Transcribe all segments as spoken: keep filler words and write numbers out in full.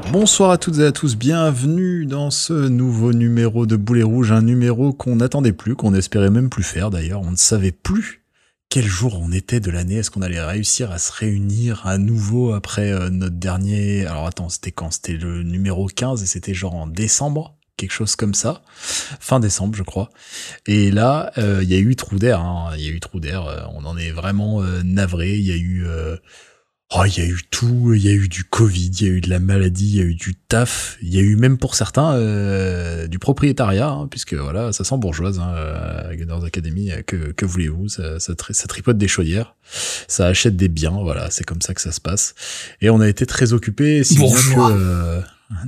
Bonsoir à toutes et à tous, bienvenue dans ce nouveau numéro de Boulet Rouge, un numéro qu'on n'attendait plus, qu'on espérait même plus faire d'ailleurs, on ne savait plus quel jour on était de l'année, est-ce qu'on allait réussir à se réunir à nouveau après euh, notre dernier... Alors attends, c'était quand ? C'était le numéro quinze et c'était genre en décembre, quelque chose comme ça, fin décembre je crois. Et là, il euh, y a eu trou d'air, hein. Il y a eu trou d'air, euh, on en est vraiment euh, navré, il y a eu... Euh, Oh, il y a eu tout, il y a eu du Covid, il y a eu de la maladie, il y a eu du taf, il y a eu même pour certains euh, du propriétariat, hein, puisque voilà, ça sent bourgeoise, hein, à Gunners Academy, que, que voulez-vous, ça, ça, tri- ça tripote des chaudières, ça achète des biens, voilà, c'est comme ça que ça se passe. Et on a été très occupés, si bien que... Euh,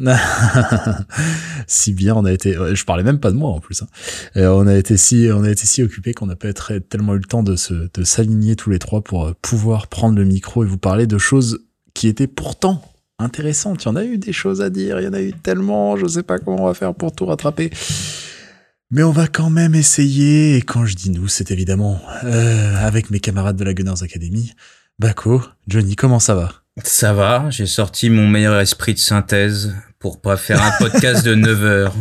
si bien on a été, je parlais même pas de moi en plus, hein. Et on a été si, on a été si occupés qu'on n'a pas être, tellement eu le temps de se, de s'aligner tous les trois pour pouvoir prendre le micro et vous parler de choses qui étaient pourtant intéressantes. Il y en a eu des choses à dire, il y en a eu tellement, je sais pas comment on va faire pour tout rattraper. Mais on va quand même essayer, et quand je dis nous, c'est évidemment euh, avec mes camarades de la Gunners Academy. Bako, Johnny, comment ça va ? Ça va, j'ai sorti mon meilleur esprit de synthèse pour pas faire un podcast de neuf heures.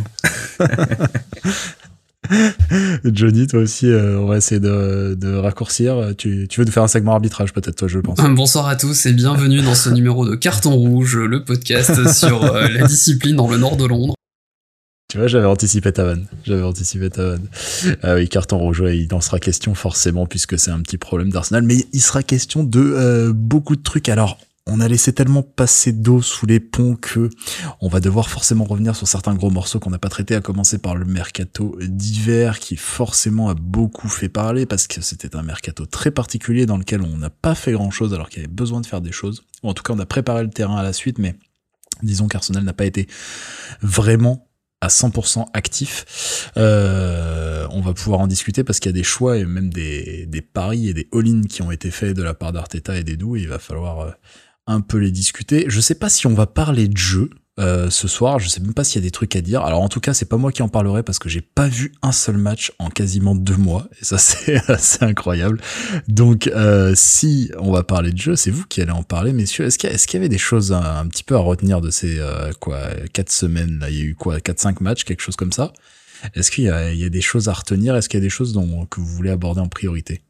Johnny, toi aussi, euh, on va essayer de, de raccourcir. Tu, tu veux nous faire un segment arbitrage peut-être, toi, je pense. Bonsoir à tous et bienvenue dans ce numéro de Carton Rouge, le podcast sur euh, la discipline dans le nord de Londres. Tu vois, j'avais anticipé ta vanne. J'avais anticipé ta vanne. Ah oui, carton rouge, ouais, il en sera question forcément puisque c'est un petit problème d'Arsenal. Mais il sera question de euh, beaucoup de trucs. Alors, on a laissé tellement passer d'eau sous les ponts que on va devoir forcément revenir sur certains gros morceaux qu'on n'a pas traités, à commencer par le mercato d'hiver qui forcément a beaucoup fait parler parce que c'était un mercato très particulier dans lequel on n'a pas fait grand chose alors qu'il y avait besoin de faire des choses. Ou en tout cas, on a préparé le terrain à la suite, mais disons qu'Arsenal n'a pas été vraiment à cent pour cent actif. Euh, on va pouvoir en discuter parce qu'il y a des choix et même des, des paris et des all-in qui ont été faits de la part d'Arteta et d'Edu et il va falloir euh, un peu les discuter. Je sais pas si on va parler de jeu euh, ce soir, je sais même pas s'il y a des trucs à dire. Alors en tout cas, c'est pas moi qui en parlerai parce que j'ai pas vu un seul match en quasiment deux mois et ça c'est assez incroyable. Donc euh, si on va parler de jeu, c'est vous qui allez en parler, messieurs. Est-ce qu'il y, a, est-ce qu'il y avait des choses un, un petit peu à retenir de ces euh, quoi quatre semaines là? Il y a eu quoi quatre cinq matchs, quelque chose comme ça. Est-ce qu'il y a, il y a des choses à retenir? Est-ce qu'il y a des choses dont, que vous voulez aborder en priorité?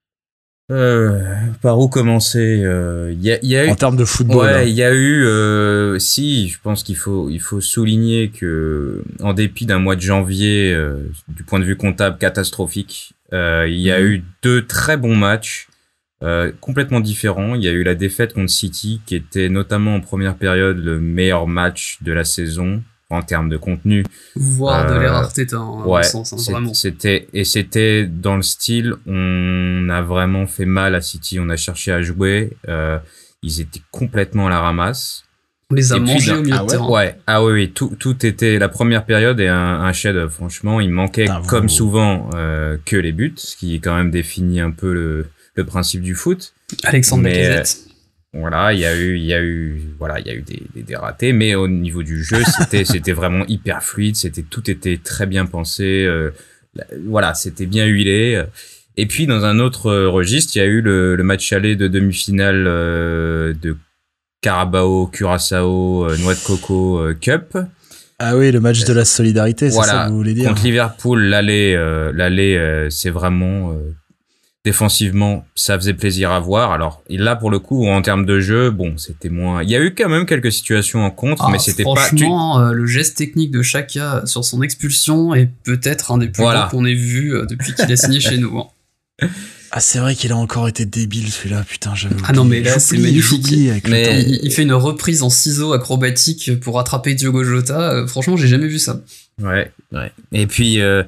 Euh, par où commencer? Il euh, y, a, y a eu en termes de football. Ouais, il y a eu. Euh, si, je pense qu'il faut il faut souligner que en dépit d'un mois de janvier euh, du point de vue comptable catastrophique, il euh, y a mmh. eu deux très bons matchs euh, complètement différents. Il y a eu la défaite contre City qui était notamment en première période le meilleur match de la saison en termes de contenu, voire euh, de l'ère Arteta, hein, ouais, sens, hein, c'est, vraiment. C'était et c'était dans le style, on a vraiment fait mal à City, on a cherché à jouer, euh, ils étaient complètement à la ramasse. On les a et mangés puis, au milieu ah de ouais, terrain. Ouais, ah oui, oui, tout tout était la première période et un, un chef-d'œuvre. Franchement, il manquait ah, comme vous... souvent euh, que les buts, ce qui quand même définit un peu le le principe du foot. Alexandre Lacazette. Voilà, il y a eu, il y a eu, voilà, il y a eu des, des, des ratés, mais au niveau du jeu, c'était, c'était vraiment hyper fluide, c'était, tout était très bien pensé, euh, voilà, c'était bien huilé. Et puis, dans un autre registre, il y a eu le, le match aller de demi-finale euh, de Carabao, Curaçao, euh, Noix de Coco euh, Cup. Ah oui, le match de la solidarité, c'est voilà, ça que vous voulez dire? Contre Liverpool, l'aller, euh, l'aller, euh, c'est vraiment... Euh, défensivement, ça faisait plaisir à voir. Alors là, pour le coup, en termes de jeu, bon, c'était moins... Il y a eu quand même quelques situations en contre, ah, mais c'était franchement, pas... Franchement, euh, le geste technique de Xhaka sur son expulsion est peut-être un des plus voilà. beaux qu'on ait vu euh, depuis qu'il a signé chez nous. Hein. Ah, c'est vrai qu'il a encore été débile, celui-là. Putain, j'avais oublié. Ah non, mais là, c'est magnifique. Avec mais le temps. Il, il fait une reprise en ciseaux acrobatiques pour attraper Diogo Jota. Euh, franchement, j'ai jamais vu ça. Ouais, ouais. Et puis... Euh...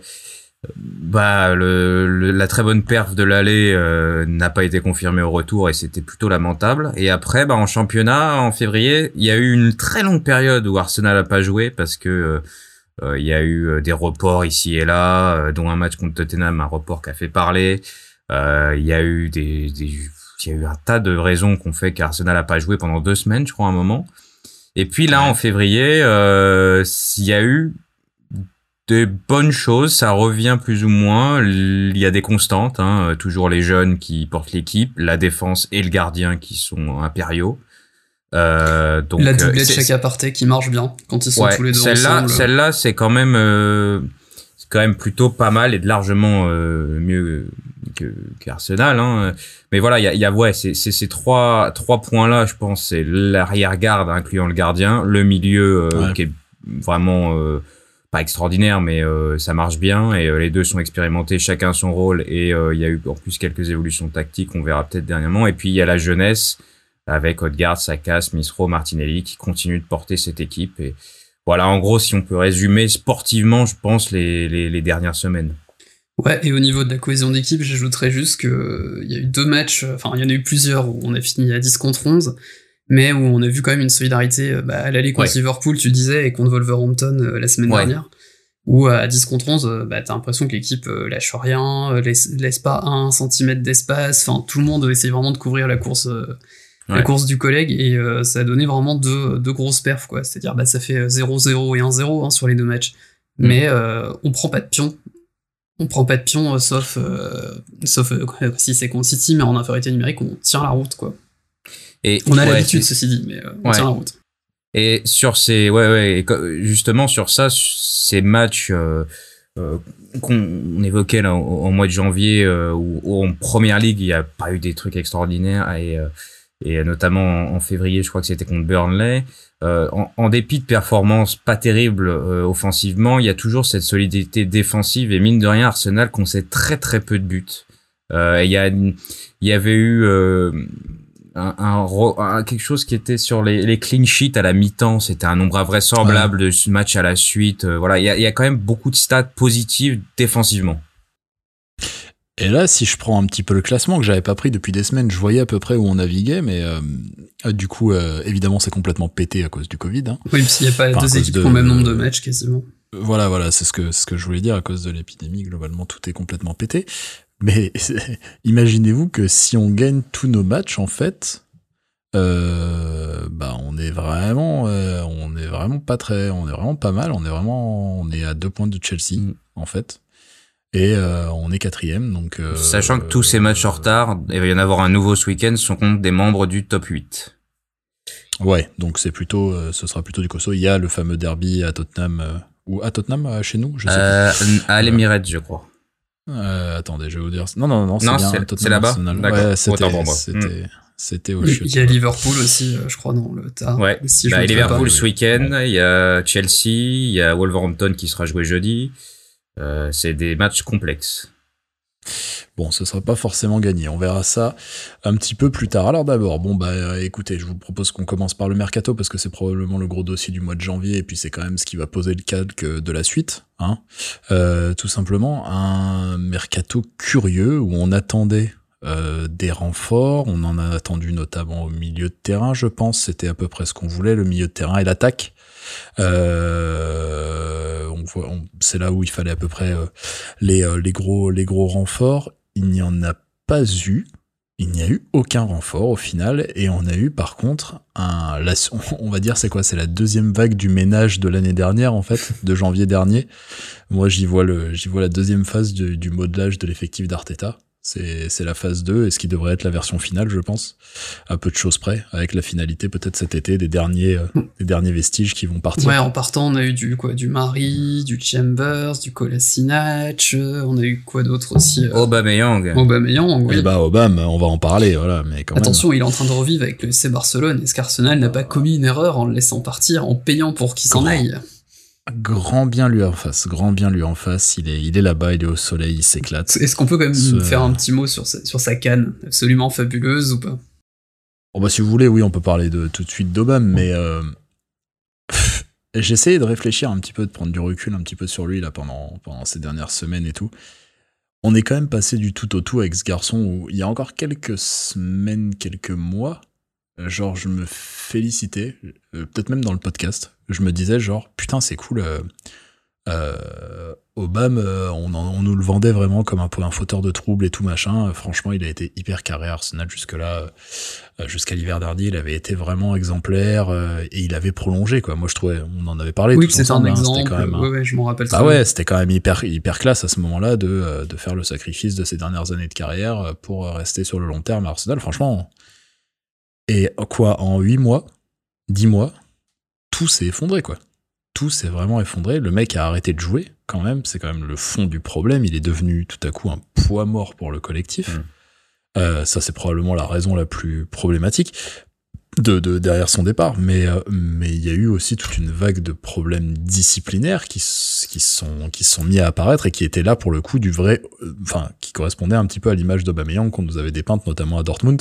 Bah le, le la très bonne perf de l'aller euh, n'a pas été confirmée au retour et c'était plutôt lamentable. Et après bah en championnat en février, il y a eu une très longue période où Arsenal a pas joué parce que euh, il y a eu des reports ici et là, euh, dont un match contre Tottenham, un report qui a fait parler. Euh, il y a eu des, des il y a eu un tas de raisons qu'on fait qu'Arsenal a pas joué pendant deux semaines, je crois, à un moment. Et puis là, en février, euh, il y a eu des bonnes choses, ça revient plus ou moins. Il y a des constantes, hein, toujours les jeunes qui portent l'équipe, la défense et le gardien qui sont impériaux. Euh, donc, la doublette c'est, Chaka Partey qui marche bien quand ils sont ouais, tous les deux celle-là, ensemble. Celle-là, c'est quand même, euh, c'est quand même plutôt pas mal et de largement euh, mieux que qu'Arsenal. Hein. Mais voilà, il y a, y a ouais, c'est, c'est ces trois trois points-là, je pense, c'est l'arrière-garde incluant le gardien, le milieu euh, ouais. qui est vraiment euh, pas extraordinaire, mais euh, ça marche bien et euh, les deux sont expérimentés, chacun son rôle et il euh, y a eu en plus quelques évolutions tactiques, on verra peut-être dernièrement. Et puis il y a la jeunesse avec Odegaard, Saka, Smith Rowe, Martinelli qui continuent de porter cette équipe. Et voilà, en gros, si on peut résumer sportivement, je pense les les, les dernières semaines. Ouais, et au niveau de la cohésion d'équipe, j'ajouterais juste que il y a eu deux matchs, enfin il y en a eu plusieurs où on a fini à dix contre onze, mais où on a vu quand même une solidarité bah, à l'aller contre ouais. Liverpool, tu disais, et contre Wolverhampton euh, la semaine ouais. dernière, où à dix contre onze, euh, bah, t'as l'impression que l'équipe euh, lâche rien, euh, laisse, laisse pas un centimètre d'espace, enfin tout le monde essaie vraiment de couvrir la course euh, ouais. la course du collègue, et euh, ça a donné vraiment deux, deux grosses perfs, quoi. C'est-à-dire bah ça fait zéro zéro et un zéro hein, sur les deux matchs, mmh. mais euh, on prend pas de pion. On prend pas de pion, euh, sauf, euh, sauf euh, si c'est contre City, mais en infériorité numérique, on tient la route, quoi. Et on a ouais, l'habitude, ceci dit, mais euh, on ouais. tient la route. Et sur ces, ouais, ouais, et justement sur ça, ces matchs euh, euh, qu'on évoquait là au, au mois de janvier, euh, où, où en première ligue il y a pas eu des trucs extraordinaires, et, euh, et notamment en, en février, je crois que c'était contre Burnley. Euh, en, en dépit de performances pas terribles euh, offensivement, il y a toujours cette solidité défensive et mine de rien, Arsenal concède très très peu de buts. Euh, il y a, il y avait eu euh, un, un, un quelque chose qui était sur les, les clean sheets à la mi-temps, c'était un nombre invraisemblable ouais. de matchs à la suite. Euh, voilà, il y a, il y a quand même beaucoup de stats positives défensivement. Et là, si je prends un petit peu le classement que j'avais pas pris depuis des semaines, je voyais à peu près où on naviguait, mais euh, du coup, euh, évidemment, c'est complètement pété à cause du Covid. Hein. Oui, parce qu'il n'y a pas enfin, deux équipes qui ont le même nombre de matchs quasiment. Voilà, voilà, c'est ce que c'est ce que je voulais dire à cause de l'épidémie. Globalement, tout est complètement pété. Mais imaginez-vous que si on gagne tous nos matchs, en fait, euh, bah on est vraiment, euh, on est vraiment pas très, on est vraiment pas mal. On est vraiment, on est à deux points de Chelsea, mmh. en fait. Et euh, on est quatrième, donc... Euh, Sachant que tous ces matchs en retard, il va y en avoir un nouveau ce week-end, sont contre des membres du top huit. Ouais, donc c'est plutôt, euh, ce sera plutôt du costaud. Il y a le fameux derby à Tottenham, euh, ou à Tottenham, euh, chez nous, je sais euh, pas. À l'Emirates, je crois. Euh, attendez, je vais vous dire... Non, non, non, c'est non, bien c'est, Tottenham c'est là-bas Arsenal. D'accord. Ouais, c'était, bon, c'était, mmh. c'était au oui, chute. Il y a Liverpool aussi, je crois, dans le tas. Ouais, si bah, Liverpool ce week-end, ouais. il y a Chelsea, il y a Wolverhampton qui sera joué jeudi. Euh, c'est des matchs complexes. Bon, ce sera pas forcément gagné. On verra ça un petit peu plus tard. Alors d'abord, bon bah euh, écoutez, je vous propose qu'on commence par le mercato parce que c'est probablement le gros dossier du mois de janvier et puis c'est quand même ce qui va poser le calque de la suite, hein. Euh, tout simplement un mercato curieux où on attendait euh, des renforts. On en a attendu notamment au milieu de terrain, je pense. C'était à peu près ce qu'on voulait, le milieu de terrain et l'attaque. Euh, on voit, on, c'est là où il fallait à peu près euh, les, euh, les gros, les gros renforts. Il n'y en a pas eu. Il n'y a eu aucun renfort au final, et on a eu par contre un, la, on va dire c'est quoi, c'est la deuxième vague du ménage de l'année dernière en fait, de janvier dernier. Moi j'y vois le, j'y vois la deuxième phase du, du modelage de l'effectif d'Arteta. C'est, c'est la phase deux, et ce qui devrait être la version finale, je pense, à peu de choses près, avec la finalité peut-être cet été des derniers, euh, des derniers vestiges qui vont partir. Ouais, en partant, on a eu du quoi, du Mari, du Chambers, du Kolasinac, on a eu quoi d'autre aussi euh... Aubameyang. Aubameyang, oui. Et bah Aubame, on va en parler, voilà, mais quand Attention, même. il est en train de revivre avec le F C Barcelone. Est-ce qu'Arsenal n'a pas commis une erreur en le laissant partir, en payant pour qu'il s'en aille? Grand bien lui en face, grand bien lui en face, il est, il est là-bas, il est au soleil, il s'éclate. Est-ce qu'on peut quand même Ce... faire un petit mot sur sa, sur sa canne, absolument fabuleuse ou pas? Bon bah si vous voulez, oui, on peut parler de, tout de suite d'Aubame, mais euh... j'ai essayé de réfléchir un petit peu, de prendre du recul un petit peu sur lui là pendant, pendant ces dernières semaines et tout. On est quand même passé du tout au tout avec ce garçon où il y a encore quelques semaines, quelques mois, genre je me félicitais, euh, peut-être même dans le podcast, je me disais genre putain c'est cool, euh, euh, Aubame, euh, on, on nous le vendait vraiment comme un peu un fauteur de troubles et tout machin. Euh, franchement il a été hyper carré à Arsenal jusque là, euh, jusqu'à l'hiver dernier il avait été vraiment exemplaire, euh, et il avait prolongé quoi. Moi je trouvais, on en avait parlé. Oui, tous c'était ensemble, un hein, exemple. C'était quand même, ouais, ouais, je m'en rappelle. Bah ouais, bien. C'était quand même hyper hyper classe à ce moment-là de euh, de faire le sacrifice de ces dernières années de carrière pour rester sur le long terme à Arsenal. Franchement. Et quoi, en huit mois, dix mois, tout s'est effondré, quoi. Tout s'est vraiment effondré. Le mec a arrêté de jouer, quand même. C'est quand même le fond du problème. Il est devenu tout à coup un poids mort pour le collectif. Mmh. Euh, ça, c'est probablement la raison la plus problématique de, de derrière son départ. Mais euh, mais il y a eu aussi toute une vague de problèmes disciplinaires qui qui sont qui sont mis à apparaître et qui étaient là pour le coup du vrai, enfin euh, qui correspondaient un petit peu à l'image d'Aubameyang qu'on nous avait dépeinte notamment à Dortmund,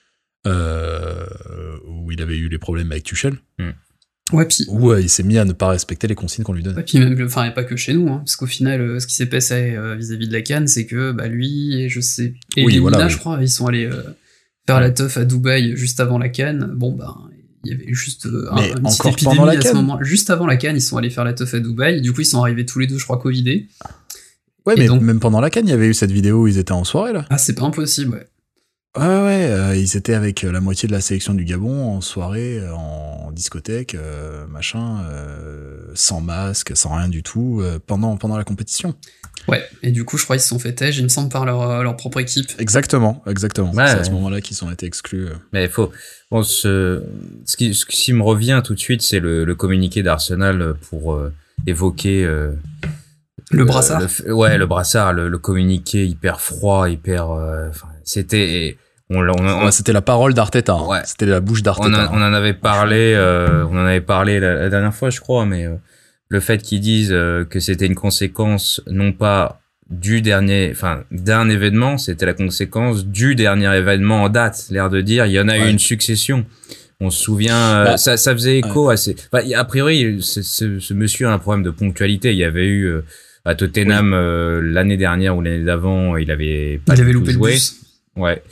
euh, où il avait eu les problèmes avec Tuchel. Mmh. Ouais, puis où euh, il s'est mis à ne pas respecter les consignes qu'on lui donnait. Ouais, puis même, enfin, et pas que chez nous, hein, parce qu'au final, euh, ce qui s'est passé euh, vis-à-vis de la CAN, c'est que bah lui et je sais, et oui, les voilà, Mina, oui. je crois, ils sont allés euh, faire la teuf à Dubaï juste avant la CAN. Bon, bah, il y avait juste euh, un, une petite épidémie à ce moment. Juste avant la CAN, ils sont allés faire la teuf à Dubaï. Du coup, ils sont arrivés tous les deux, je crois, covidés. Ouais, et mais donc... même pendant la CAN, il y avait eu cette vidéo où ils étaient en soirée là. Ah, c'est pas impossible, ouais. Ouais, ouais, euh, ils étaient avec la moitié de la sélection du Gabon en soirée, en discothèque, euh, machin, euh, sans masque, sans rien du tout, euh, pendant, pendant la compétition. Ouais, et du coup, je crois qu'ils se sont fait tège, il me semble, par leur, leur propre équipe. Exactement, exactement. Ouais, c'est ouais. à ce moment-là qu'ils ont été exclus. Mais il faut, bon, ce, ce qui, ce qui me revient tout de suite, c'est le, le communiqué d'Arsenal pour euh, évoquer euh, le brassard. Le, ouais, le brassard, le, le communiqué hyper froid, hyper, euh, c'était. On, on, on, ouais, c'était la parole d'Arteta. Hein. Ouais. C'était la bouche d'Arteta. On, a, hein. on en avait parlé, euh, on en avait parlé la, la dernière fois, je crois, mais euh, le fait qu'ils disent euh, que c'était une conséquence non pas du dernier, enfin d'un événement, c'était la conséquence du dernier événement en date. L'air de dire, il y en a ouais. eu une succession. On se souvient, euh, bah, ça, ça faisait écho ouais. à ces. Enfin, a priori, ce, ce, ce monsieur a un problème de ponctualité. Il y avait eu euh, à Tottenham oui. euh, l'année dernière ou l'année d'avant, il avait pas il avait loupé joué. le bus. Ouais.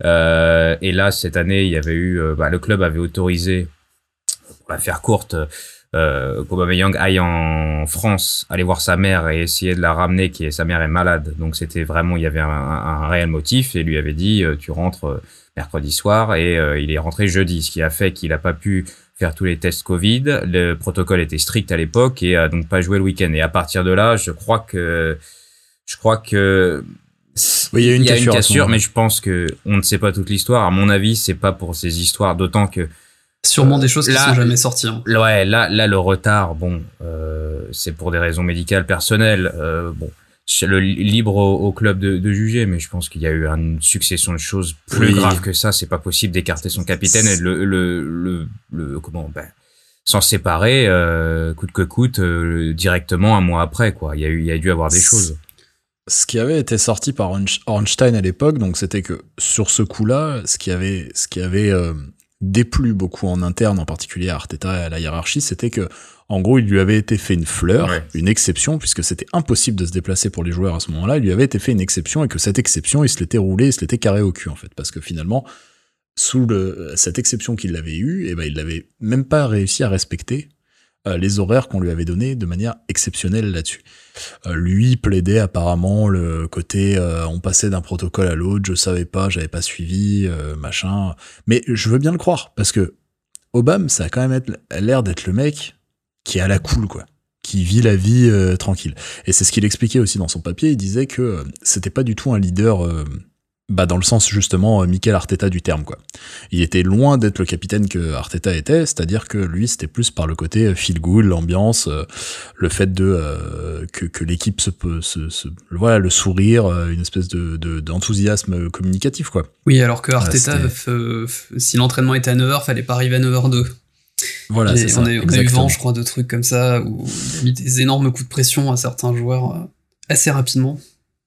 Euh, et là, cette année, il y avait eu, euh, bah, le club avait autorisé, pour la faire courte, euh, qu'Aubameyang aille en France, aller voir sa mère et essayer de la ramener, qui est, sa mère est malade. Donc c'était vraiment, il y avait un, un, un réel motif et lui avait dit, euh, tu rentres euh, mercredi soir et euh, il est rentré jeudi, ce qui a fait qu'il a pas pu faire tous les tests Covid. Le protocole était strict à l'époque et a donc pas joué le week-end. Et à partir de là, je crois que, je crois que, oui, il y a une il y a cassure, une cassure mais je pense que on ne sait pas toute l'histoire. À mon avis, c'est pas pour ces histoires, d'autant que sûrement euh, des choses qui là, sont jamais sorties. Hein. Ouais, là, là, le retard, bon, euh, c'est pour des raisons médicales personnelles. Euh, bon, c'est le libre au, au club de, de juger, mais je pense qu'il y a eu une succession de choses plus oui. graves que ça. C'est pas possible d'écarter son capitaine et de le, le, le, le, comment, ben, s'en séparer, euh, coûte que coûte, euh, directement un mois après, quoi. Il y a eu, il y a dû avoir des choses. Ce qui avait été sorti par Ornstein à l'époque, donc c'était que sur ce coup-là, ce qui avait, ce qui avait euh, déplu beaucoup en interne, en particulier à Arteta et à la hiérarchie, c'était que, en gros, il lui avait été fait une fleur, ouais. une exception, puisque c'était impossible de se déplacer pour les joueurs à ce moment-là. Il lui avait été fait une exception et que cette exception, il se l'était roulé, il se l'était carré au cul en fait, parce que finalement, sous le, cette exception qu'il avait eue, eh ben il n'avait même pas réussi à respecter euh, les horaires qu'on lui avait donnés de manière exceptionnelle là-dessus. Euh, lui plaidait apparemment le côté euh, on passait d'un protocole à l'autre, je savais pas, j'avais pas suivi, euh, machin. Mais je veux bien le croire, parce que Obama, ça a quand même être, l'air d'être le mec qui est à la cool, quoi, qui vit la vie euh, tranquille. Et c'est ce qu'il expliquait aussi dans son papier, il disait que euh, c'était pas du tout un leader... Euh, bah dans le sens justement Mikel Arteta du terme, quoi. Il était loin d'être le capitaine que Arteta était, c'est-à-dire que lui c'était plus par le côté feel good, l'ambiance, euh, le fait de euh, que, que l'équipe se peut se, se voilà le sourire, euh, une espèce de, de d'enthousiasme communicatif, quoi. Oui, alors que Arteta, ah, f- f- si l'entraînement était à neuf heures, fallait pas arriver à neuf heures deux. Voilà, c'est ça, on, a, on a eu vent, je crois, de trucs comme ça où il a mis des énormes coups de pression à certains joueurs euh, assez rapidement.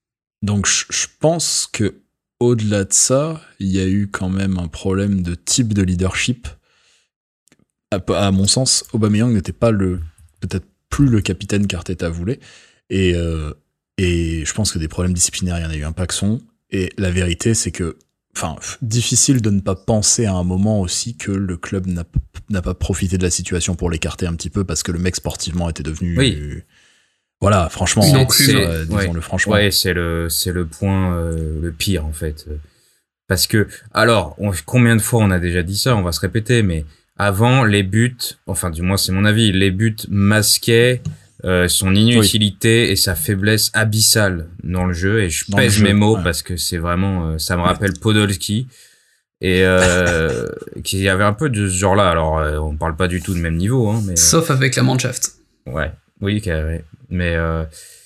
Donc je, je pense que au-delà de ça, il y a eu quand même un problème de type de leadership. À, à mon sens, Aubameyang n'était pas le, peut-être plus le capitaine qu'Arteta voulait. Et, euh, et je pense que des problèmes disciplinaires, il y en a eu un paxon. Et la vérité, c'est que, enfin, difficile de ne pas penser à un moment aussi que le club n'a, n'a pas profité de la situation pour l'écarter un petit peu parce que le mec sportivement était devenu... Oui. Voilà, franchement, non, c'est, euh, disons-le ouais, franchement. Ouais, c'est le, c'est le point euh, le pire en fait, parce que alors on, combien de fois on a déjà dit ça, on va se répéter, mais avant les buts, enfin du moins c'est mon avis, les buts masquaient euh, son inutilité oui. et sa faiblesse abyssale dans le jeu, et je dans pèse mes mots ouais. parce que c'est vraiment, euh, ça me rappelle Podolski. et euh, qui avait un peu de ce genre-là. Alors, euh, on parle pas du tout de même niveau, hein, mais sauf avec la Mannschaft. Ouais, oui, ouais. mais euh,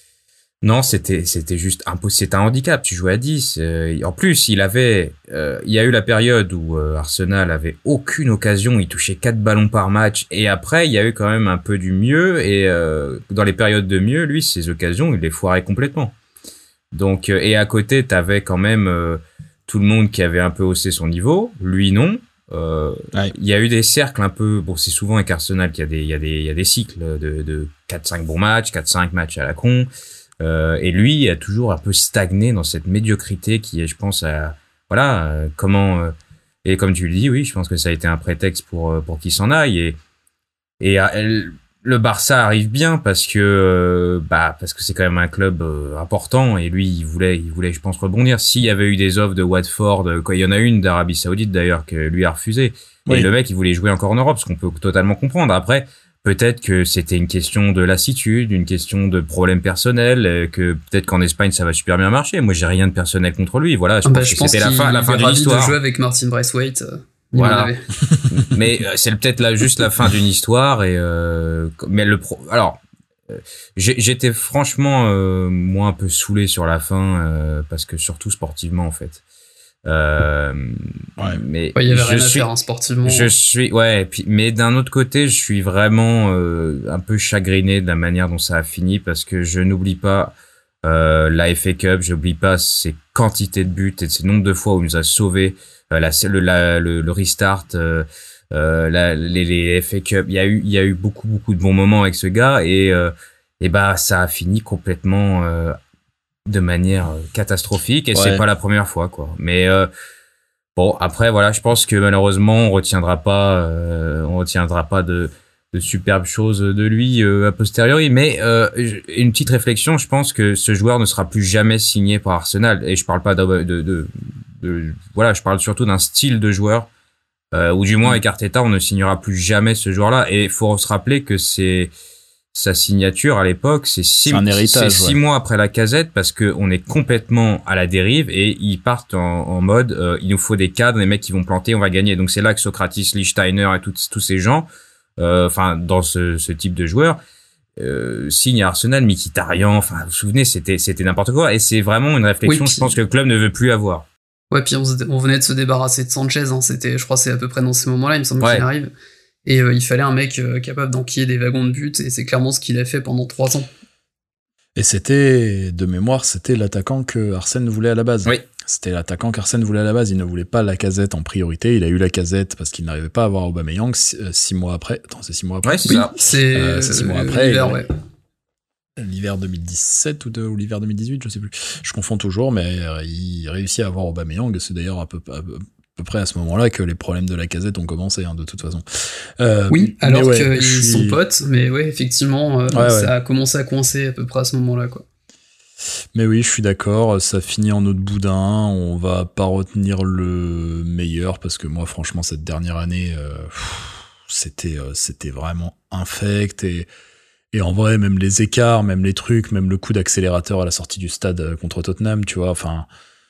non, c'était c'était juste impossible. C'était un handicap. Tu jouais à dix. Euh, en plus, il avait, euh, il y a eu la période où euh, Arsenal avait aucune occasion. Il touchait quatre ballons par match. Et après, il y a eu quand même un peu du mieux. Et euh, dans les périodes de mieux, lui, ses occasions, il les foirait complètement. Donc, euh, et à côté, t'avais quand même euh, tout le monde qui avait un peu haussé son niveau. Lui, non. Euh, ouais. Il y a eu des cercles un peu. Bon, c'est souvent avec Arsenal qu'il y a des, il y a des, il y a des cycles de, de quatre cinq bons matchs, quatre cinq matchs à la con. Euh, et lui a toujours un peu stagné dans cette médiocrité qui est, je pense, à, voilà, euh, comment, euh, et comme tu le dis, oui, je pense que ça a été un prétexte pour, pour qu'il s'en aille, et, et elle, le Barça arrive bien parce que, euh, bah, parce que c'est quand même un club euh, important, et lui, il voulait, il voulait, je pense, rebondir. S'il y avait eu des offres de Watford, euh, quoi, il y en a une d'Arabie Saoudite d'ailleurs que lui a refusé, oui. Et le mec, il voulait jouer encore en Europe, ce qu'on peut totalement comprendre. Après, peut-être que c'était une question de lassitude, une question de problème personnel, que peut-être qu'en Espagne ça va super bien marcher. Moi, j'ai rien de personnel contre lui. Voilà, je ah bah, pense je que pense c'était la fin, la fin de l'histoire. De jouer avec Martin Braithwaite. Euh, voilà. Mais euh, c'est peut-être là juste la fin d'une histoire, et euh, mais le pro. Alors, euh, j'étais franchement euh, moi un peu saoulé sur la fin euh, parce que surtout sportivement en fait. Euh, ouais. mais ouais, il y avait je rien suis, à faire hein, sportivement. Je suis, ouais, puis, mais d'un autre côté, je suis vraiment euh, un peu chagriné de la manière dont ça a fini parce que je n'oublie pas euh, la F A Cup, je n'oublie pas ces quantités de buts et ces nombres de fois où il nous a sauvés, euh, la, le, la, le, le restart, euh, euh, la, les, les F A Cup. Il y a eu, il y a eu beaucoup, beaucoup de bons moments avec ce gars et euh, et bah ça a fini complètement. Euh, de manière catastrophique et ouais. C'est pas la première fois quoi mais euh, bon après voilà je pense que malheureusement on retiendra pas euh, on retiendra pas de de superbes choses de lui euh, a posteriori mais euh, une petite réflexion je pense que ce joueur ne sera plus jamais signé par Arsenal et je parle pas de de, de, de voilà je parle surtout d'un style de joueur euh, ou du moins avec Arteta on ne signera plus jamais ce joueur là et il faut se rappeler que c'est sa signature à l'époque, c'est six, c'est six ouais. mois après la Casette parce que on est complètement à la dérive et ils partent en, en mode euh, il nous faut des cadres, des mecs qui vont planter, on va gagner. Donc c'est là que Socrates, Lichtsteiner et tous tous ces gens, enfin euh, dans ce, ce type de joueurs, euh, signent à Arsenal, Mkhitaryan, enfin vous vous souvenez, c'était c'était n'importe quoi et c'est vraiment une réflexion, oui, puis... je pense que le club ne veut plus avoir. Ouais, puis on, on venait de se débarrasser de Sanchez, hein, c'était, je crois, c'est à peu près dans ces moments-là, il me semble ouais. qu'il arrive. Et euh, il fallait un mec euh, capable d'enquiller des wagons de buts, et c'est clairement ce qu'il a fait pendant trois ans. Et c'était, de mémoire, c'était l'attaquant que Arsène voulait à la base. Oui. C'était l'attaquant qu'Arsène voulait à la base. Il ne voulait pas Lacazette en priorité. Il a eu Lacazette parce qu'il n'arrivait pas à avoir Aubameyang six, euh, six mois après. Attends, c'est six mois après. Ouais, c'est oui, ça. C'est, euh, c'est six mois après. L'hiver, il, ouais. L'hiver deux mille dix-sept ou, de, ou l'hiver deux mille dix-huit, je sais plus. Je confonds toujours, mais euh, il réussit à avoir Aubameyang. C'est d'ailleurs un peu, à peu, à peu près à ce moment-là que les problèmes de Lacazette ont commencé, hein, de toute façon. Euh, oui, alors ouais, qu'ils suis... sont potes, mais ouais, effectivement, euh, ouais, ça ouais. a commencé à coincer à peu près à ce moment-là, quoi. Mais oui, je suis d'accord, ça finit en eau de boudin, on va pas retenir le meilleur, parce que moi, franchement, cette dernière année, euh, c'était, euh, c'était vraiment infect, et, et en vrai, même les écarts, même les trucs, même le coup d'accélérateur à la sortie du stade contre Tottenham, tu vois, enfin,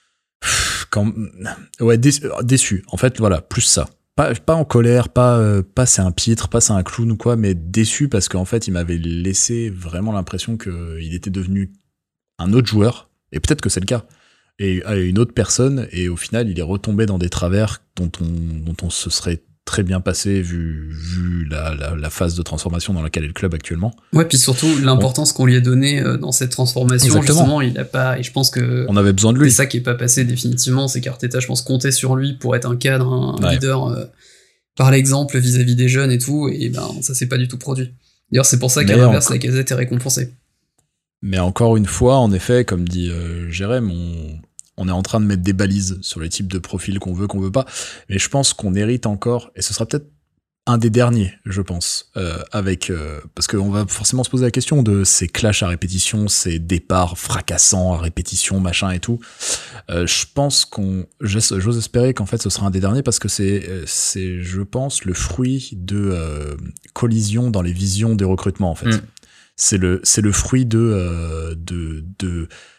quand, ouais, déçu, déçu, en fait, voilà, plus ça. Pas, pas en colère, pas, euh, pas c'est un pitre, pas c'est un clown ou quoi, mais déçu parce qu'en fait, il m'avait laissé vraiment l'impression qu'il était devenu un autre joueur, et peut-être que c'est le cas, et à une autre personne, et au final, il est retombé dans des travers dont on, dont on se serait très bien passé vu, vu la, la, la phase de transformation dans laquelle est le club actuellement. Ouais, puis surtout l'importance bon. qu'on lui a donnée dans cette transformation. Exactement. Justement, il a pas, et je pense que on avait besoin de lui. C'est ça qui est pas passé définitivement, c'est qu'Arteta, je pense, comptait sur lui pour être un cadre, un ouais. leader euh, par l'exemple vis-à-vis des jeunes et tout, et ben ça s'est pas du tout produit. D'ailleurs, c'est pour ça qu'à l'inverse, la Lacazette est récompensée. Mais encore une fois, en effet, comme dit euh, Jérém, on, on est en train de mettre des balises sur les types de profils qu'on veut, qu'on veut pas. Mais je pense qu'on hérite encore, et ce sera peut-être un des derniers, je pense, euh, avec euh, parce qu'on va forcément se poser la question de ces clashs à répétition, ces départs fracassants à répétition, machin et tout. Euh, je pense qu'on, j'ose espérer qu'en fait ce sera un des derniers parce que c'est, c'est, je pense, le fruit de euh, collisions dans les visions des recrutements en fait. Mm. C'est le, c'est le fruit de, euh, de, de,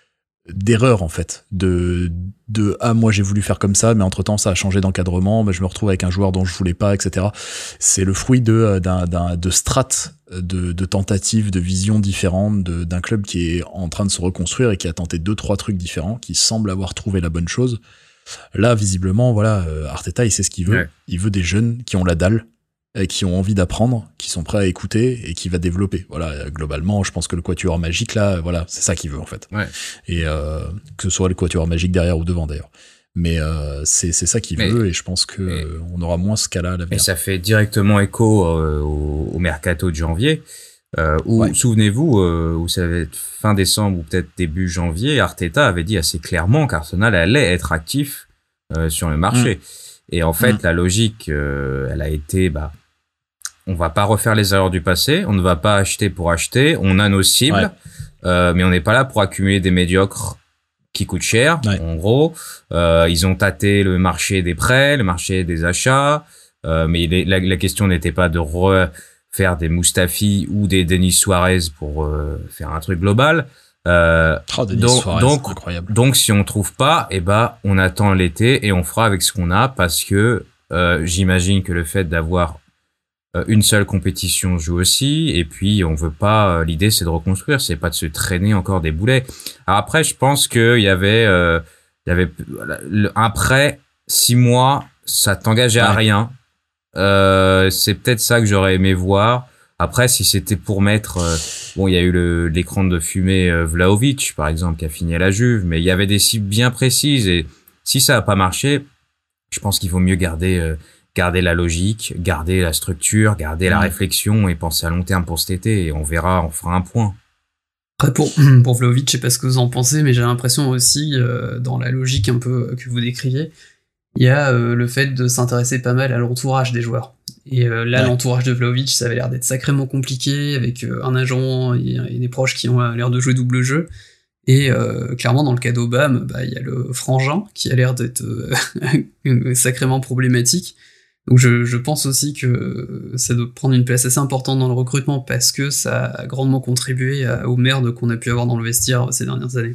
d'erreur en fait, de de ah moi j'ai voulu faire comme ça, mais entre temps ça a changé d'encadrement, mais je me retrouve avec un joueur dont je voulais pas, et cetera. C'est le fruit de d'un d'un de strates, de de tentatives, de visions différentes, de d'un club qui est en train de se reconstruire et qui a tenté deux trois trucs différents, qui semble avoir trouvé la bonne chose. Là visiblement voilà, Arteta il sait ce qu'il veut, ouais. Il veut des jeunes qui ont la dalle, et qui ont envie d'apprendre, qui sont prêts à écouter et qui va développer. Voilà, globalement, je pense que le quatuor magique là, voilà, c'est ça qu'il veut en fait. Ouais. Et euh, que ce soit le quatuor magique derrière ou devant d'ailleurs. Mais euh, c'est c'est ça qu'il mais, veut et je pense que mais, on aura moins ce cas-là à l'avenir. Et ça fait directement écho euh, au, au mercato de janvier. Euh, où ouais. Souvenez-vous, euh, où ça va être fin décembre ou peut-être début janvier, Arteta avait dit assez clairement qu'Arsenal allait être actif euh, sur le marché. Mmh. Et en fait, mmh. la logique, euh, elle a été, bah on va pas refaire les erreurs du passé, on ne va pas acheter pour acheter, on a nos cibles, ouais. euh, mais on n'est pas là pour accumuler des médiocres qui coûtent cher. Ouais. En gros, euh, ils ont tâté le marché des prêts, le marché des achats, euh, mais les, la, la question n'était pas de refaire des Mustafi ou des Denis Suarez pour euh, faire un truc global. Euh, oh, Denis donc, Suarez, donc, incroyable. Donc, si on trouve pas, eh ben, on attend l'été et on fera avec ce qu'on a parce que euh, j'imagine que le fait d'avoir une seule compétition joue aussi, et puis on veut pas, l'idée c'est de reconstruire, c'est pas de se traîner encore des boulets. Alors après, je pense qu'il y avait, euh, il y avait un prêt, six mois, ça t'engageait ouais. à rien. Euh, c'est peut-être ça que j'aurais aimé voir. Après, si c'était pour mettre, euh, bon, il y a eu le, l'écran de fumée euh, Vlahovic, par exemple, qui a fini à la Juve, mais il y avait des cibles bien précises, et si ça a pas marché, je pense qu'il vaut mieux garder, euh, garder la logique, garder la structure, garder mmh. la réflexion et penser à long terme pour cet été, et on verra, on fera un point. Après, pour, pour Vlahovic, je sais pas ce que vous en pensez, mais j'ai l'impression aussi, euh, dans la logique un peu que vous décriviez, il y a euh, le fait de s'intéresser pas mal à l'entourage des joueurs. Et euh, là, ouais. l'entourage de Vlahovic, ça avait l'air d'être sacrément compliqué, avec euh, un agent et, et des proches qui ont l'air de jouer double jeu. Et euh, clairement, dans le cas d'Obama, bah, il y a le frangin qui a l'air d'être euh, sacrément problématique. Donc je, je pense aussi que ça doit prendre une place assez importante dans le recrutement parce que ça a grandement contribué à, aux merdes qu'on a pu avoir dans le vestiaire ces dernières années.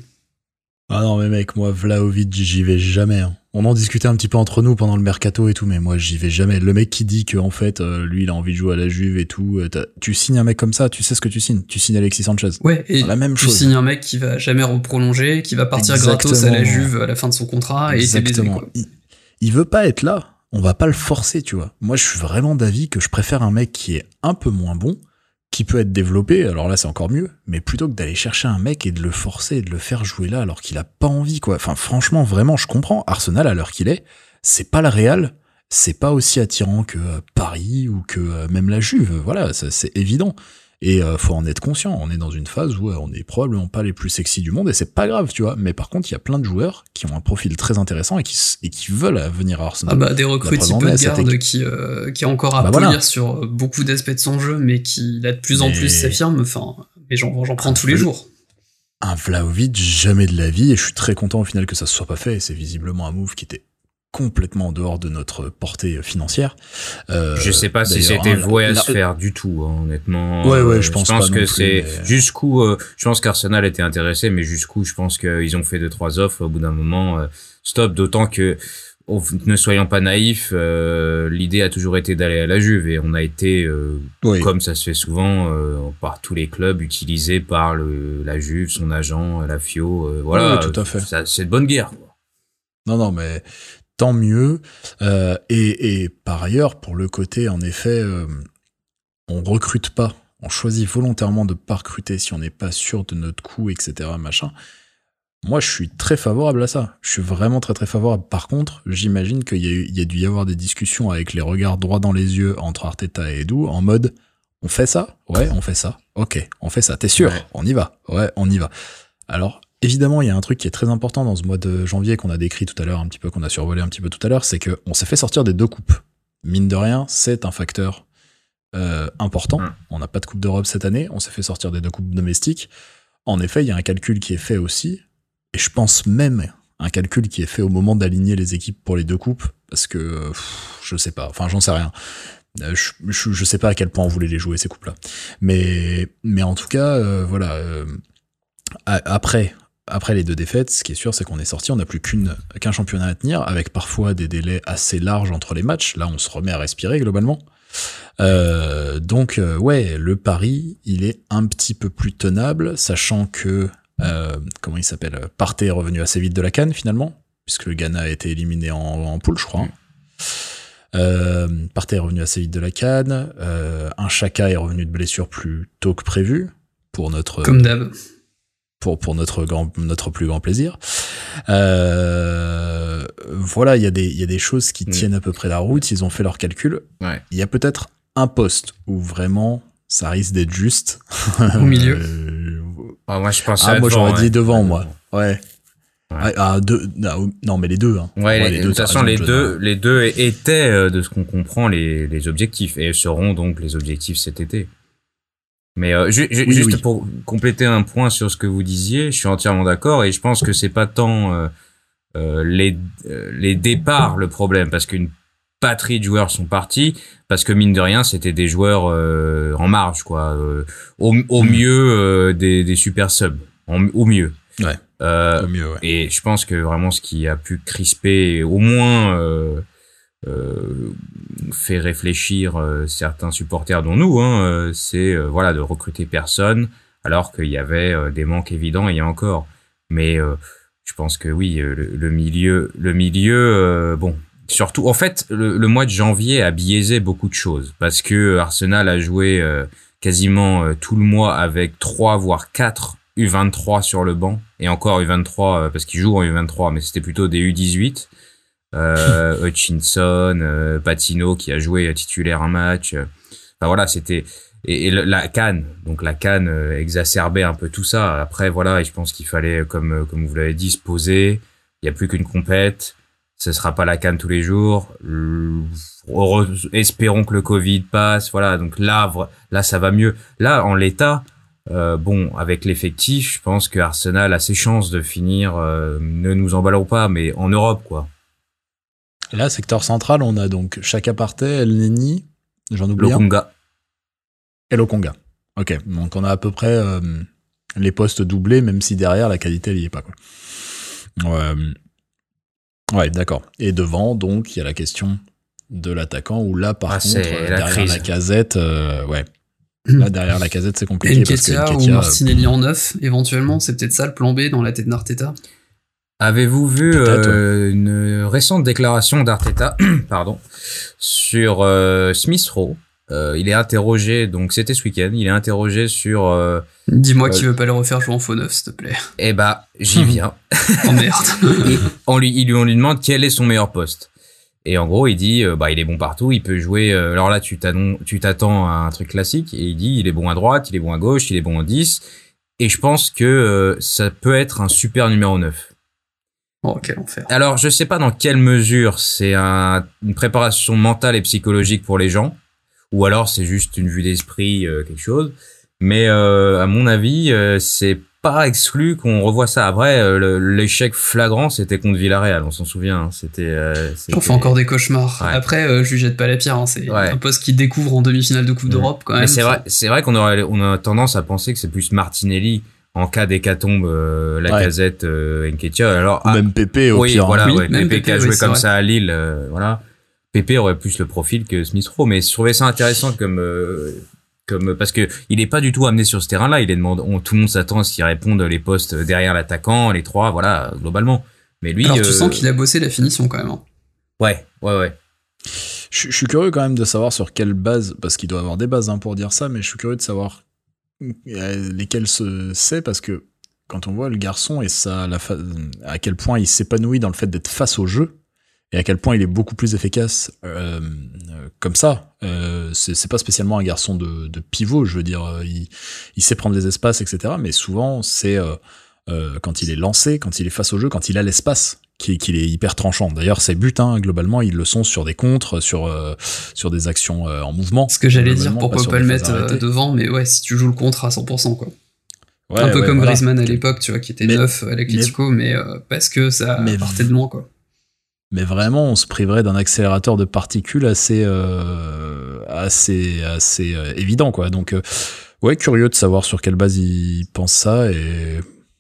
Ah non mais mec, moi Vlahovic, j'y vais jamais. Hein. On en discutait un petit peu entre nous pendant le mercato et tout, mais moi j'y vais jamais. Le mec qui dit que en fait euh, lui il a envie de jouer à la Juve et tout, euh, tu signes un mec comme ça, tu sais ce que tu signes. Tu signes Alexis Sanchez. Ouais, et la même tu chose. signes un mec qui va jamais reprolonger, qui va partir Exactement. gratos à la Juve à la fin de son contrat et c'est baisé, quoi. Il, il veut pas être là. On va pas le forcer, tu vois. Moi, je suis vraiment d'avis que je préfère un mec qui est un peu moins bon, qui peut être développé, alors là, c'est encore mieux, mais plutôt que d'aller chercher un mec et de le forcer et de le faire jouer là alors qu'il a pas envie, quoi. Enfin, franchement, vraiment, je comprends. Arsenal, à l'heure qu'il est, c'est pas le Real, c'est pas aussi attirant que Paris ou que même la Juve. Voilà, ça, c'est évident. Et euh, faut en être conscient, on est dans une phase où euh, on est probablement pas les plus sexy du monde et c'est pas grave, tu vois. Mais par contre, il y a plein de joueurs qui ont un profil très intéressant et qui, et qui veulent venir à Arsenal. Ah bah des recrues type Odegaard qui, euh, qui a encore à bah polir voilà. sur beaucoup d'aspects de son jeu, mais qui là de plus en mais... plus s'affirme. Enfin, mais j'en, j'en prends un tous les jours. Un Vlahovic, jamais de la vie, et je suis très content au final que ça se soit pas fait. Et c'est visiblement un move qui était complètement en dehors de notre portée financière. Euh, je sais pas si c'était hein, voué à la, se faire du tout, hein, honnêtement. Ouais, ouais, je pense, je pense pas que non c'est plus, mais... jusqu'où. Euh, je pense qu'Arsenal était intéressé, mais jusqu'où je pense qu'ils ont fait deux trois offres. Au bout d'un moment, euh, stop. D'autant que, oh, ne soyons pas naïfs, euh, l'idée a toujours été d'aller à la Juve et on a été, euh, oui. comme ça se fait souvent, euh, par tous les clubs utilisés par le, la Juve, son agent, la F I O. Euh, voilà, oui, tout à fait. Ça, c'est de bonne guerre. Quoi. Non, non, mais. Tant mieux. Euh, et, et par ailleurs, pour le côté, en effet, euh, on recrute pas. On choisit volontairement de pas recruter si on n'est pas sûr de notre coût, et cetera. Machin. Moi, je suis très favorable à ça. Je suis vraiment très très favorable. Par contre, j'imagine qu'il y a, eu, il y a dû y avoir des discussions avec les regards droits dans les yeux entre Arteta et Edu en mode on fait ça ? Ouais, on fait ça. Ok, on fait ça. T'es sûr ? Ouais. On y va. Ouais, on y va. Alors. Évidemment, il y a un truc qui est très important dans ce mois de janvier qu'on a décrit tout à l'heure, un petit peu, qu'on a survolé un petit peu tout à l'heure, c'est que on s'est fait sortir des deux coupes. Mine de rien, c'est un facteur euh, important. Mmh. On n'a pas de Coupe d'Europe cette année, on s'est fait sortir des deux coupes domestiques. En effet, il y a un calcul qui est fait aussi, et je pense même un calcul qui est fait au moment d'aligner les équipes pour les deux coupes, parce que pff, je sais pas, enfin j'en sais rien. Je, je, je sais pas à quel point on voulait les jouer ces coupes-là. Mais, mais en tout cas, euh, voilà. Euh, après. après les deux défaites, ce qui est sûr, c'est qu'on est sorti, on n'a plus qu'une, qu'un championnat à tenir, avec parfois des délais assez larges entre les matchs. Là, on se remet à respirer globalement. Euh, donc, euh, ouais, le pari, il est un petit peu plus tenable, sachant que, euh, comment il s'appelle, Partey est revenu assez vite de la CAN finalement, puisque le Ghana a été éliminé en, en poule, je crois. Mmh. Euh, Partey est revenu assez vite de la CAN. Euh, un Xhaka est revenu de blessure plus tôt que prévu pour notre. Comme d'hab. Pour, pour notre grand, notre plus grand plaisir. Euh, voilà, il y a des, il y a des choses qui mmh. tiennent à peu près la route. Ils ont fait leurs calculs. Ouais. Il y a peut-être un poste où vraiment ça risque d'être juste. Au milieu. euh, ah, moi, je pense. Ah, moi, devant, j'aurais ouais. dit devant, moi. Ouais. Ouais. Ah, deux, non, non, mais les deux. Hein. Ouais, ouais les, les de toute façon, les deux, les deux étaient, de ce qu'on comprend, les, les objectifs et seront donc les objectifs cet été. Mais euh, ju- ju- oui, juste oui. pour compléter un point sur ce que vous disiez, je suis entièrement d'accord et je pense que c'est pas tant euh, euh, les euh, les départs le problème, parce qu'une batterie de joueurs sont partis, parce que mine de rien c'était des joueurs euh, en marge quoi, euh, au, au mmh. mieux euh, des, des super subs, en, au mieux. Ouais. Euh, au mieux, ouais. Et je pense que vraiment ce qui a pu crisper, au moins euh, euh, fait réfléchir euh, certains supporters dont nous, hein, euh, c'est euh, voilà de recruter personne alors qu'il y avait euh, des manques évidents et il y a encore. Mais euh, je pense que oui, le, le milieu, le milieu, euh, bon. Surtout, en fait, le, le mois de janvier a biaisé beaucoup de choses parce que Arsenal a joué euh, quasiment euh, tout le mois avec trois voire quatre U vingt-trois sur le banc, et encore U vingt-trois euh, parce qu'ils jouent en U vingt-trois, mais c'était plutôt des U dix-huit. Euh, Hutchinson, euh, Patino qui a joué titulaire un match. Enfin voilà, c'était et, et la CAN, donc la CAN euh, exacerbait un peu tout ça. Après voilà, et je pense qu'il fallait, comme comme vous l'avez dit, se poser. Il y a plus qu'une compète. Ce sera pas la CAN tous les jours. Heureux, espérons que le Covid passe. Voilà, donc là, là, ça va mieux. Là, en l'état, euh, bon, avec l'effectif, je pense que Arsenal a ses chances de finir. Euh, ne nous emballons pas, mais en Europe, quoi. Là, secteur central, on a donc Xhaka Partey, El Neni, j'en oublie un. Lokonga. Et Lokonga. Ok, donc on a à peu près euh, les postes doublés, même si derrière la qualité elle y est pas quoi. Ouais. Ouais, d'accord. Et devant, donc, il y a la question de l'attaquant, où là, par ah, contre, euh, la derrière crise. la casette, euh, ouais. Là, derrière la casette, c'est compliqué. Nketiah parce que ou Martinelli en neuf, éventuellement, c'est peut-être ça le plan B dans la tête d'Arteta. Avez-vous vu euh, ouais. une récente déclaration d'Arteta, pardon, sur euh, Smith Rowe? Euh, il est interrogé, donc c'était ce week-end, il est interrogé sur... Euh, Dis-moi euh, qu'il veut pas le refaire jouer en faux neuf, s'il te plaît. Eh bah, j'y viens. Oh merde. Et on lui, il lui, on lui demande quel est son meilleur poste. Et en gros, il dit, euh, bah, il est bon partout, il peut jouer... Euh, alors là, tu t'attends, tu t'attends à un truc classique, et il dit, il est bon à droite, il est bon à gauche, il est bon en dix, et je pense que euh, ça peut être un super numéro neuf. Oh, quel enfer. Alors, je sais pas dans quelle mesure c'est un, une préparation mentale et psychologique pour les gens, ou alors c'est juste une vue d'esprit, euh, quelque chose. Mais euh, à mon avis, euh, c'est pas exclu qu'on revoie ça. Après, euh, le, l'échec flagrant, c'était contre Villarreal, on s'en souvient. Hein. C'était, euh, c'était... J'en fais encore des cauchemars. Ouais. Après, euh, je lui jette pas la pierre. Hein. C'est ouais. un poste qu'il découvre en demi-finale de Coupe mmh. d'Europe, quand même. Mais c'est vrai, c'est vrai qu'on aurait, on a tendance à penser que c'est plus Martinelli en cas d'hécatombe, euh, la ouais. casette, euh, Nketiah. Alors, ou ah, même Pépé au oui, pire. Voilà, Oui, ouais, Pépé, Pépé qui a joué oui, comme vrai. ça à Lille, euh, voilà. Pépé aurait plus le profil que Smith Rowe, mais je trouvais ça intéressant comme, euh, comme, parce que il est pas du tout amené sur ce terrain-là. Il est demandé, on, tout le monde s'attend à ce qu'il réponde les postes derrière l'attaquant, les trois, voilà, globalement. Mais lui, alors euh, tu sens qu'il a bossé la finition quand même. Hein. Ouais, ouais, ouais. Je, je suis curieux quand même de savoir sur quelle base, parce qu'il doit avoir des bases hein, pour dire ça, mais je suis curieux de savoir lesquelles se c'est, parce que quand on voit le garçon et ça, la fa- à quel point il s'épanouit dans le fait d'être face au jeu, et à quel point il est beaucoup plus efficace euh, euh, comme ça. Euh, c'est, c'est pas spécialement un garçon de, de pivot, je veux dire, il, il sait prendre des espaces, et cetera. Mais souvent, c'est euh, euh, quand il est lancé, quand il est face au jeu, quand il a l'espace, qu'il, qu'il est hyper tranchant. D'ailleurs, ses buts, hein, globalement, ils le sont sur des contres, sur euh, sur des actions euh, en mouvement. Ce que j'allais dire, pourquoi pas, pas le mettre arrêtées. devant, mais ouais, si tu joues le contre à cent pour cent, quoi. Ouais, un peu ouais, comme voilà. Griezmann à l'époque, tu vois, qui était mais, neuf à l'Atlético, mais, mais euh, parce que ça mais, partait de loin, quoi. Mais vraiment, on se priverait d'un accélérateur de particules assez, euh, assez, assez euh, évident, quoi. Donc, euh, ouais, curieux de savoir sur quelle base il pense ça. Et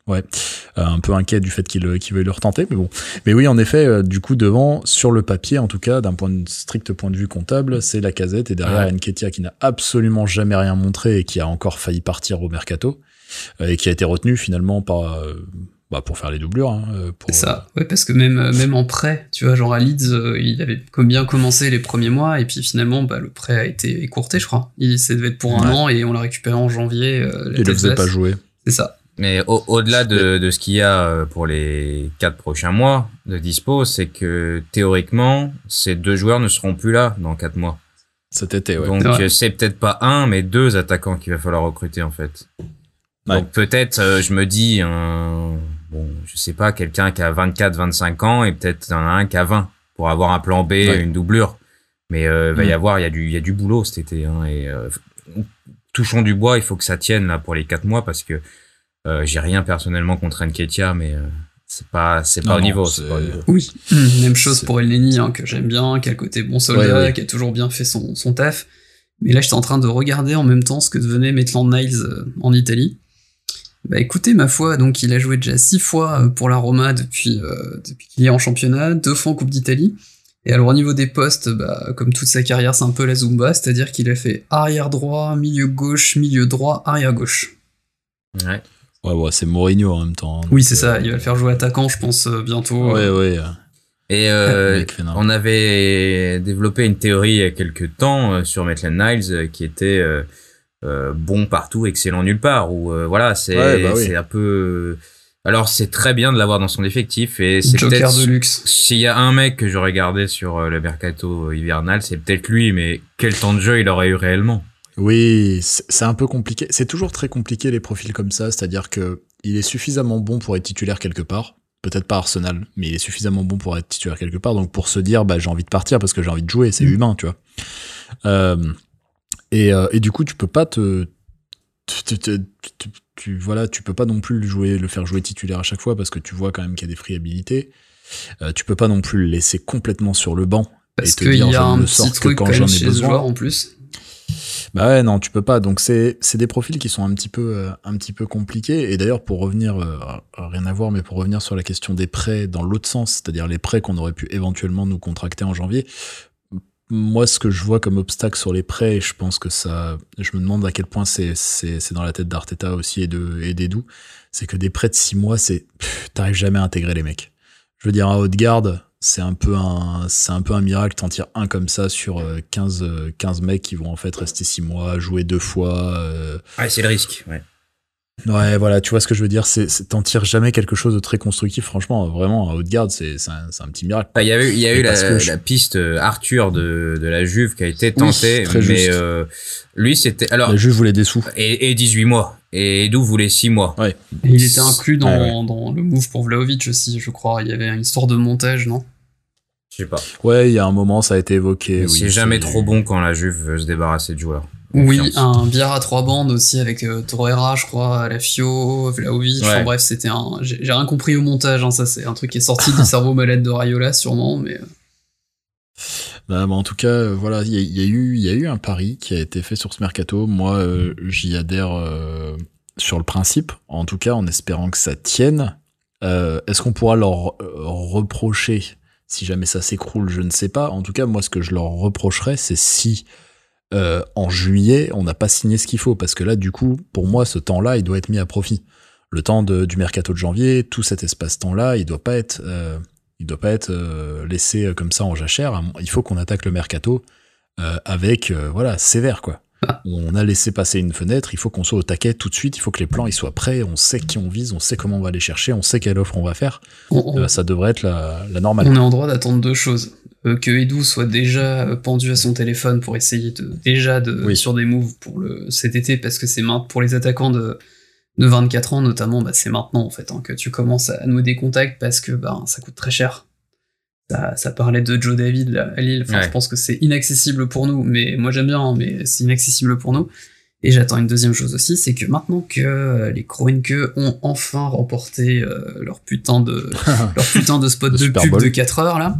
Ouais, euh, un peu inquiet du fait qu'il qu'il veuille le retenter, mais bon. Mais oui, en effet, euh, du coup, devant, sur le papier, en tout cas, d'un point de strict point de vue comptable, c'est Lacazette, et derrière, Ouais. Nketiah qui n'a absolument jamais rien montré et qui a encore failli partir au mercato, euh, et qui a été retenu finalement par, euh, bah, pour faire les doublures. Hein, euh, pour, C'est ça, ouais, parce que même, euh, même en prêt, tu vois, genre à Leeds, euh, il avait comme bien commencé les premiers mois, et puis finalement, bah, le prêt a été écourté, je crois. Il, ça devait être pour un Ouais. an, et on l'a récupéré en janvier. Euh, la il le tête faisait basse. pas jouer. C'est ça. Mais au- au-delà de, de ce qu'il y a pour les quatre prochains mois de dispo, c'est que théoriquement, ces deux joueurs ne seront plus là dans quatre mois. Cet été, ouais. Donc C'est vrai. euh, c'est peut-être pas un, mais deux attaquants qu'il va falloir recruter en fait. Ouais. Donc peut-être, euh, je me dis, un, bon, je sais pas, quelqu'un qui a vingt-quatre, vingt-cinq ans et peut-être un, un qui a vingt pour avoir un plan B, Ouais. une doublure. Mais euh, va y Mm. avoir, il y a du, il y a du boulot cet été. Hein, et euh, touchons du bois, il faut que ça tienne là pour les quatre mois parce que euh, j'ai rien personnellement contre Nketiah, mais euh, c'est pas, c'est pas Non, au non, niveau. c'est- C'est pas au niveau. Oui, même chose C'est- pour Elneny, hein, que j'aime bien, qui a le côté bon soldat, Ouais, ouais. qui a toujours bien fait son, son taf. Mais là, j'étais en train de regarder en même temps ce que devenait Maitland Niles euh, en Italie. Bah écoutez, ma foi, donc il a joué déjà six fois euh, pour la Roma depuis, euh, depuis qu'il est en championnat, deux fois en Coupe d'Italie. Et alors au niveau des postes, bah, comme toute sa carrière, c'est un peu la Zumba, c'est-à-dire qu'il a fait arrière droit, milieu gauche, milieu droit, arrière gauche. Ouais. Ouais, ouais, c'est Mourinho en même temps. hein, Oui, donc, c'est ça, euh, il va le faire jouer attaquant, je pense, euh, bientôt. Ouais, ouais. Et Le euh, mec vénère. on avait développé une théorie il y a quelques temps euh, sur Maitland Niles euh, qui était euh, euh, bon partout, excellent nulle part. Ou euh, voilà, c'est Ouais, bah oui. c'est un peu. Alors c'est très bien de l'avoir dans son effectif et c'est Joker peut-être de luxe. s'il y a un mec que je regardais sur euh, le mercato hivernal, c'est peut-être lui. Mais quel temps de jeu il aurait eu réellement? Oui, c'est c'est un peu compliqué. C'est toujours très compliqué les profils comme ça, c'est-à-dire que il est suffisamment bon pour être titulaire quelque part, peut-être pas Arsenal, mais il est suffisamment bon pour être titulaire quelque part, donc pour se dire bah j'ai envie de partir parce que j'ai envie de jouer, c'est Mm. humain, tu vois. Euh, et, euh, et du coup tu peux pas te, te- te- te- te- tu voilà, tu peux pas non plus le jouer, le faire jouer titulaire à chaque fois parce que tu vois quand même qu'il y a des friabilités. Euh, tu peux pas non plus le laisser complètement sur le banc Parce et te qu'il dire y je a ne un le petit sors que truc quand quand j'en même ai chez ce besoin. joueur en plus. Bah ouais, non, tu peux pas. Donc c'est c'est des profils qui sont un petit peu euh, un petit peu compliqués. Et d'ailleurs, pour revenir, euh, rien à voir, mais pour revenir sur la question des prêts dans l'autre sens, c'est-à-dire les prêts qu'on aurait pu éventuellement nous contracter en janvier. Moi, ce que je vois comme obstacle sur les prêts, et je pense que ça, je me demande à quel point c'est c'est c'est dans la tête d'Arteta aussi et de et d'Edu, c'est que des prêts de six mois, c'est pff, t'arrives jamais à intégrer les mecs. Je veux dire, à Haute-Garde, c'est un peu un, c'est un peu un miracle, t'en tires un comme ça sur euh, quinze, euh, quinze mecs qui vont en fait rester six mois, jouer deux fois. Euh... Ouais, c'est le risque. Ouais. Ouais, voilà, tu vois ce que je veux dire, c'est, c'est t'en tires jamais quelque chose de très constructif, franchement, vraiment, à Haute-Garde, c'est, c'est un, c'est un petit miracle. Ah, il y a eu, il y a Mais eu parce la, que je- la piste euh, Arthur de, de la Juve qui a été tentée, très mais juste. euh, lui c'était alors La Juve voulait des sous. et, et dix-huit mois et Edu voulait six mois. Ouais. Et il était inclus dans, Ouais, ouais. dans le move pour Vlahovic aussi, je crois. Il y avait une histoire de montage, non? Je sais pas. Ouais, il y a un moment, ça a été évoqué. Mais oui, c'est jamais c'est- trop bon quand la Juve veut se débarrasser de joueurs. Oui, Confiance. un billard à trois bandes aussi avec euh, Torreira, je crois, Lafio, Vlahovic. Ouais. Enfin bref, c'était un. J'ai j'ai rien compris au montage, hein, ça c'est un truc qui est sorti du cerveau malade de Raiola sûrement, mais. euh, Bah, bah, en tout cas, euh, voilà, il y, a- il y a eu, il y a eu un pari qui a été fait sur ce mercato. Moi, euh, j'y adhère euh, sur le principe, en tout cas, en espérant que ça tienne. Euh, est-ce qu'on pourra leur euh, reprocher, si jamais ça s'écroule, je ne sais pas. En tout cas, moi, ce que je leur reprocherais, c'est si euh, en juillet, on n'a pas signé ce qu'il faut, parce que là, du coup, pour moi, ce temps-là, il doit être mis à profit. Le temps de, du mercato de janvier, tout cet espace-temps-là, il doit pas être, euh, il doit pas être euh, laissé comme ça en jachère. Il faut qu'on attaque le mercato euh, avec, euh, voilà, sévère, quoi. Ah. On a laissé passer une fenêtre, il faut qu'on soit au taquet tout de suite, il faut que les plans ils soient prêts, on sait qui on vise, on sait comment on va les chercher, on sait quelle offre on va faire. On, on- Euh, ça devrait être la, la normale. on est en droit d'attendre deux choses. Euh, que Edu soit déjà euh, pendu à son téléphone pour essayer de, déjà de, Oui. sur des moves pour le, cet été, parce que c'est maintenant, pour les attaquants de, de vingt-quatre ans notamment, bah, c'est maintenant en fait hein, que tu commences à nouer des contacts parce que bah, ça coûte très cher. Ça, ça parlait de Joe David là, à Lille, enfin, Ouais. je pense que c'est inaccessible pour nous, mais moi j'aime bien, hein, mais c'est inaccessible pour nous. Et j'attends une deuxième chose aussi, c'est que maintenant que euh, les Kroenke ont enfin remporté euh, leur putain de leur putain de spot Le de Super pub Bowl. de quatre heures là,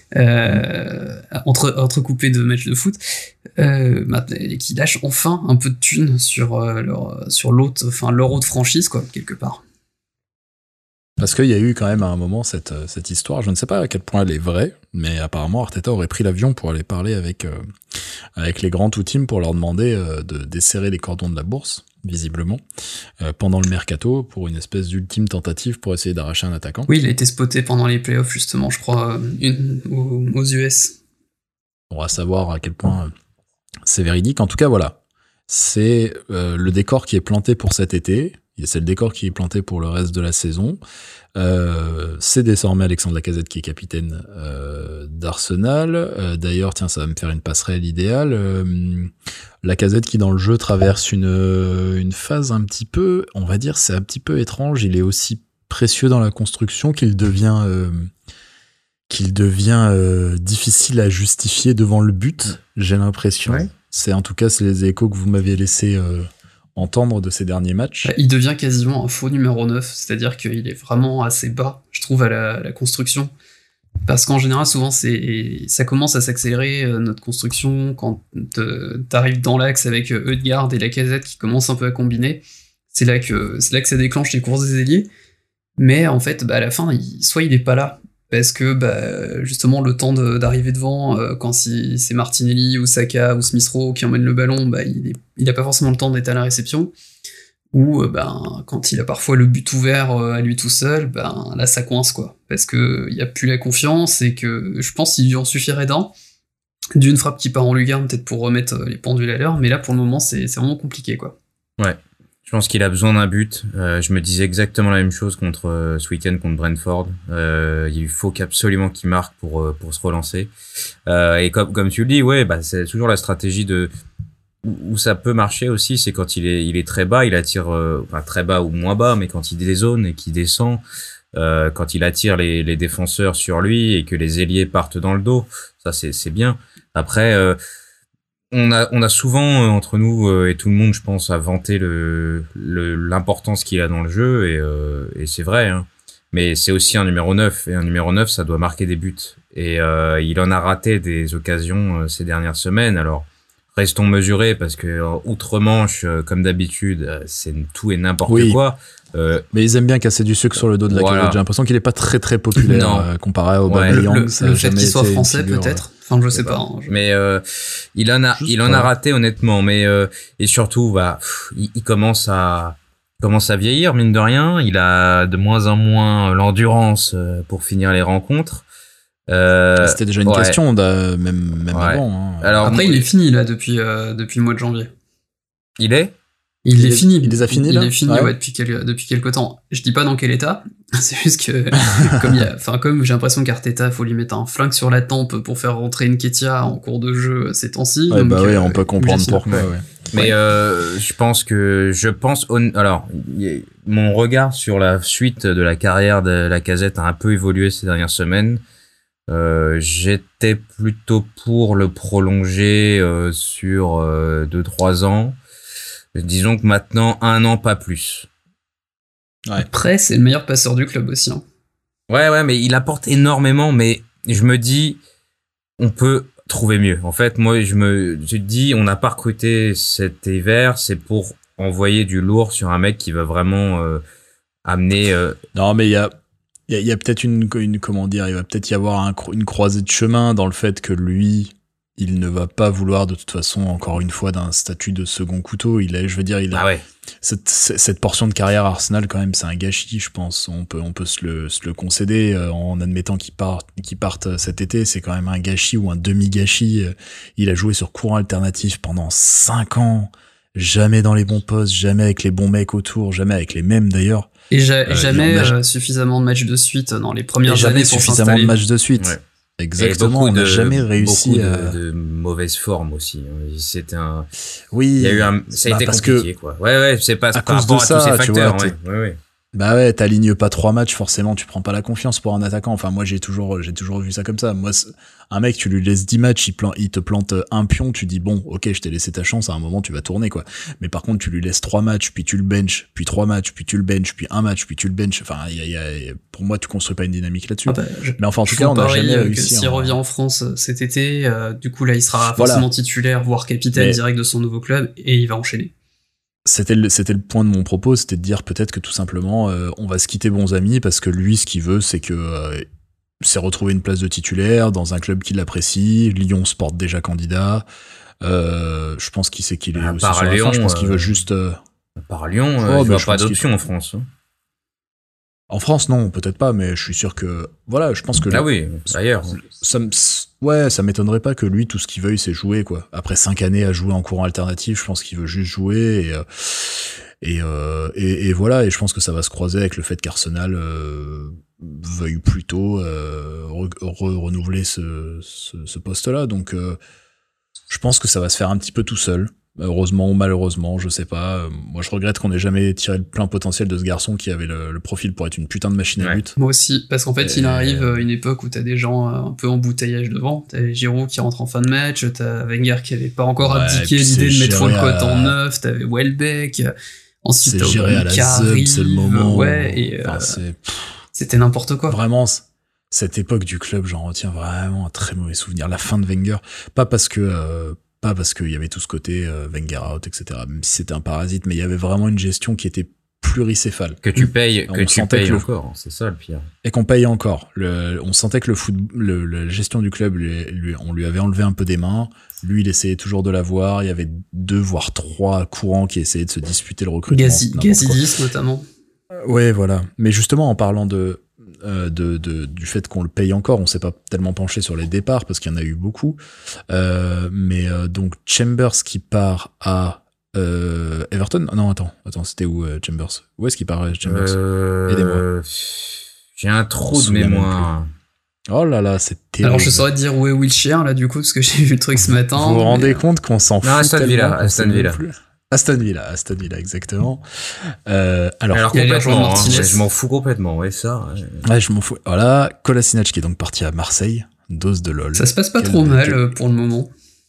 euh, entre entrecoupé de matchs de foot, euh, maintenant, et qui lâchent enfin un peu de thunes sur euh, leur sur l'autre, enfin leur autre franchise quoi quelque part. Parce qu'il y a eu quand même à un moment cette, cette histoire, je ne sais pas à quel point elle est vraie, mais apparemment Arteta aurait pris l'avion pour aller parler avec, euh, avec les grands tout-team pour leur demander euh, de desserrer les cordons de la bourse, visiblement, euh, pendant le mercato, pour une espèce d'ultime tentative pour essayer d'arracher un attaquant. Oui, il a été spoté pendant les playoffs, justement, je crois, une, aux, aux U S. On va savoir à quel point euh, c'est véridique. En tout cas, voilà, c'est euh, le décor qui est planté pour cet été. C'est le décor qui est planté pour le reste de la saison. Euh, c'est désormais Alexandre Lacazette qui est capitaine euh, d'Arsenal. Euh, d'ailleurs, tiens, ça va me faire une passerelle idéale. Euh, Lacazette qui, dans le jeu, traverse une, une phase un petit peu, on va dire, c'est un petit peu étrange. Il est aussi précieux dans la construction qu'il devient, euh, qu'il devient euh, difficile à justifier devant le but, j'ai l'impression. Ouais. C'est en tout cas, c'est les échos que vous m'aviez laissé euh, entendre de ces derniers matchs. Il devient quasiment un faux numéro neuf, c'est-à-dire qu'il est vraiment assez bas, je trouve, à la, à la construction. Parce qu'en général, souvent, c'est, ça commence à s'accélérer, euh, notre construction, quand t'arrives dans l'axe avec euh, Ødegaard et Lacazette qui commencent un peu à combiner. C'est là que, c'est là que ça déclenche les courses des ailiers. Mais en fait, bah, à la fin, il, soit il est pas là, parce que bah, justement, le temps de, d'arriver devant, euh, quand si, c'est Martinelli ou Saka ou Smith Rowe qui emmènent le ballon, bah, il, est, il a pas forcément le temps d'être à la réception. Ou euh, ben, quand il a parfois le but ouvert euh, à lui tout seul, ben, là ça coince, quoi. Parce que il y a plus la confiance et que je pense qu'il lui en suffirait d'un, d'une frappe qui part en lucarne, peut-être pour remettre les pendules à l'heure, mais là pour le moment c'est, c'est vraiment compliqué, quoi. Ouais. Je pense qu'il a besoin d'un but. Euh, je me disais exactement la même chose contre euh, ce week-end contre Brentford. Euh, il faut qu'absolument qu'il marque pour euh, pour se relancer. Euh, et comme comme tu le dis, ouais, bah c'est toujours la stratégie de où ça peut marcher aussi, c'est quand il est il est très bas, il attire euh, enfin très bas ou moins bas, mais quand il dézone et qu'il descend, euh, quand il attire les les défenseurs sur lui et que les ailiers partent dans le dos, ça c'est c'est bien. Après. Euh, On a, on a souvent, euh, entre nous euh, et tout le monde, je pense, à vanter le, le, l'importance qu'il a dans le jeu, et, euh, et c'est vrai, hein. Mais c'est aussi un numéro neuf, et un numéro neuf, ça doit marquer des buts. Et euh, il en a raté des occasions euh, ces dernières semaines, alors restons mesurés, parce que euh, outre-Manche, euh, comme d'habitude, euh, c'est tout et n'importe oui. quoi. Euh, mais ils aiment bien casser du sucre sur le dos de la voilà. J'ai l'impression qu'il est pas très très populaire euh, comparé au Aubameyang. Ouais. Le, le, le fait qu'il soit français peut-être. Enfin, je sais pas. Hein, je... Mais euh, il en a, Juste il en a raté honnêtement. Mais euh, et surtout, bah, pff, il, il commence à commence à vieillir mine de rien. Il a de moins en moins l'endurance pour finir les rencontres. Euh, C'était déjà une ouais. question, même même ouais. avant. Hein. Alors après, il est fini là depuis euh, depuis le mois de janvier. Il est. Il, il est fini. Il les a finis il, là. Il est fini ouais. Ouais, depuis quel, depuis quelques temps. Je dis pas dans quel état. C'est juste que comme il y a, enfin comme j'ai l'impression qu'Arteta faut lui mettre un flingue sur la tempe pour faire rentrer Nketiah en cours de jeu ces temps-ci. Ouais, donc, bah oui, euh, on peut comprendre pourquoi. Ouais. Ouais. Mais ouais. euh, je pense que je pense on, alors mon regard sur la suite de la carrière de Lacazette a un peu évolué ces dernières semaines. Euh, j'étais plutôt pour le prolonger euh, sur euh, deux trois ans. Disons que maintenant, un an, pas plus. Ouais. Après, c'est le meilleur passeur du club aussi. Hein. Ouais, ouais, mais il apporte énormément, mais je me dis, on peut trouver mieux. En fait, moi, je me je dis, on n'a pas recruté cet hiver, c'est pour envoyer du lourd sur un mec qui va vraiment euh, amener... Euh... Non, mais il y a... Il y a, y a peut-être une, une... Comment dire, il va peut-être y avoir un, une croisée de chemin dans le fait que lui... Il ne va pas vouloir de toute façon, encore une fois, d'un statut de second couteau. Il a, je veux dire, il a ah ouais. cette, cette portion de carrière Arsenal quand même, c'est un gâchis, je pense. On peut, on peut se le, se le concéder euh, en admettant qu'il part, qu'il parte cet été. C'est quand même un gâchis ou un demi-gâchis. Il a joué sur courant alternatif pendant cinq ans, jamais dans les bons postes, jamais avec les bons mecs autour, jamais avec les mêmes d'ailleurs. Et ja- euh, jamais a... euh, suffisamment de matchs de suite dans les premières et années jamais pour suffisamment s'installer. de matchs de suite. Ouais. Exactement, on n'a jamais réussi beaucoup à... de, de mauvaise forme aussi. C'était un. Oui. Il y a eu un. Ça a bah été parce compliqué, que quoi. Ouais, ouais. C'est pas à par cause rapport de à ça, tous ces facteurs. Tu vois, ouais, ouais, ouais. Bah ouais, t'alignes pas trois matchs, forcément, tu prends pas la confiance pour un attaquant. Enfin, moi, j'ai toujours, j'ai toujours vu ça comme ça. Moi, un mec, tu lui laisses dix matchs, il, plan- il te plante un pion, tu dis bon, ok, je t'ai laissé ta chance, à un moment, tu vas tourner, quoi. Mais par contre, tu lui laisses trois matchs, puis tu le bench, puis trois matchs, puis tu le bench, puis un match, puis tu le bench. Enfin, y a, y a, pour moi, tu construis pas une dynamique là-dessus. Ah bah, je, Mais enfin, en tout cas, on n'a jamais réussi. S'il en... revient en France cet été, euh, du coup, là, il sera forcément voilà. titulaire, voire capitaine Mais... direct de son nouveau club, et il va enchaîner. C'était le, c'était le point de mon propos, c'était de dire peut-être que tout simplement, euh, on va se quitter bons amis parce que lui, ce qu'il veut, c'est que euh, c'est retrouver une place de titulaire dans un club qui l'apprécie. Lyon se porte déjà candidat. Euh, je pense qu'il sait qu'il est À aussi part sur la Lyon, fin. Je pense qu'il euh, veut juste. Euh... Par Lyon, Oh, euh, je bah, vois je pas pense qu'il- d'option en France. hein. En France, non, peut-être pas, mais je suis sûr que. Voilà, je pense que. Ah oui, ailleurs. Ça me, ouais, ça m'étonnerait pas que lui, tout ce qu'il veuille, c'est jouer, quoi. Après cinq années à jouer en courant alternatif, je pense qu'il veut juste jouer et, euh, et, euh, et, et voilà. Et je pense que ça va se croiser avec le fait qu'Arsenal euh, veuille plutôt euh, re, re, renouveler ce, ce, ce poste-là. Donc, euh, je pense que ça va se faire un petit peu tout seul. Heureusement ou malheureusement, je sais pas. Moi, je regrette qu'on ait jamais tiré le plein potentiel de ce garçon qui avait le, le profil pour être une putain de machine à Ouais. but. Moi aussi, parce qu'en fait, Et- il arrive à une époque où t'as des gens euh, un peu embouteillage devant. T'as Giroud qui rentre en fin de match, t'as Wenger qui avait pas encore Ouais, abdiqué puis l'idée c'est de mettre géré Walcott à- en neuf, t'avais Welbeck, ensuite C'est t'as géré à Aubameyang la qui zeub, arrive, c'est le moment. Ouais, et Enfin, euh, c'est c'était n'importe quoi. vraiment c- cette époque du club, j'en retiens vraiment un très mauvais souvenir. La fin de Wenger, pas parce que euh, pas parce qu'il y avait tout ce côté euh, Wenger out, et cetera. Même si c'était un parasite, mais il y avait vraiment une gestion qui était pluricéphale. Que tu payes, On que tu sentait payes que le- encore, c'est ça le pire. Et qu'on paye encore. Le, on sentait que le foot, le, la gestion du club, lui, lui- on lui avait enlevé un peu des mains. Lui, il essayait toujours de l'avoir. Il y avait deux voire trois courants qui essayaient de se disputer le recrutement. Gazi, n'importe quoi. Gazidis notamment. Ouais, voilà. Mais justement, en parlant de, euh, de, de du fait qu'on le paye encore, on s'est pas tellement penché sur les départs parce qu'il y en a eu beaucoup. Euh, mais euh, donc Chambers qui part à euh, Everton. Non, attends, attends, c'était où euh, Chambers? Où est-ce qu'il part euh, Chambers? Euh, Aidez-moi. J'ai un On trou se de souvient même mémoire. Oh là là, c'est terrible. Alors je saurais te dire où est Wilshere là du coup parce que j'ai vu le truc ce matin. Vous vous mais- rendez compte qu'on s'en fout Aston tellement Villa, qu'on Aston sait même Villa. plus. Aston Villa, Aston Villa, exactement. Euh, alors, Alors il y a les joueurs complètement, hein, Martinez. je m'en fous complètement, ouais ça. ouais. ouais, je m'en fous. Voilà, Kolasinac qui est donc parti à Marseille, dose de lol. Ça se passe pas Quel- trop mal quel- euh, pour le moment.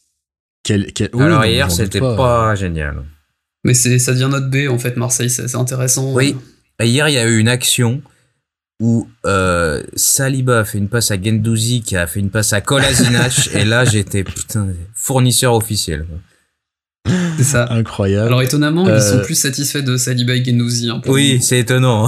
Quel, quel- oui, Alors non, mais hier j'en doute c'était pas, génial. Mais c'est ça devient notre B en fait Marseille, c'est c'est intéressant. Oui. Et hier il y a eu une action où euh, Saliba a fait une passe à Guendouzi qui a fait une passe à Kolasinac et là j'étais putain fournisseur officiel. C'est ça. Incroyable. Alors étonnamment, Euh, ils sont plus satisfaits de Saliba et Guendouzi. Hein, pour le Oui, moment. c'est étonnant.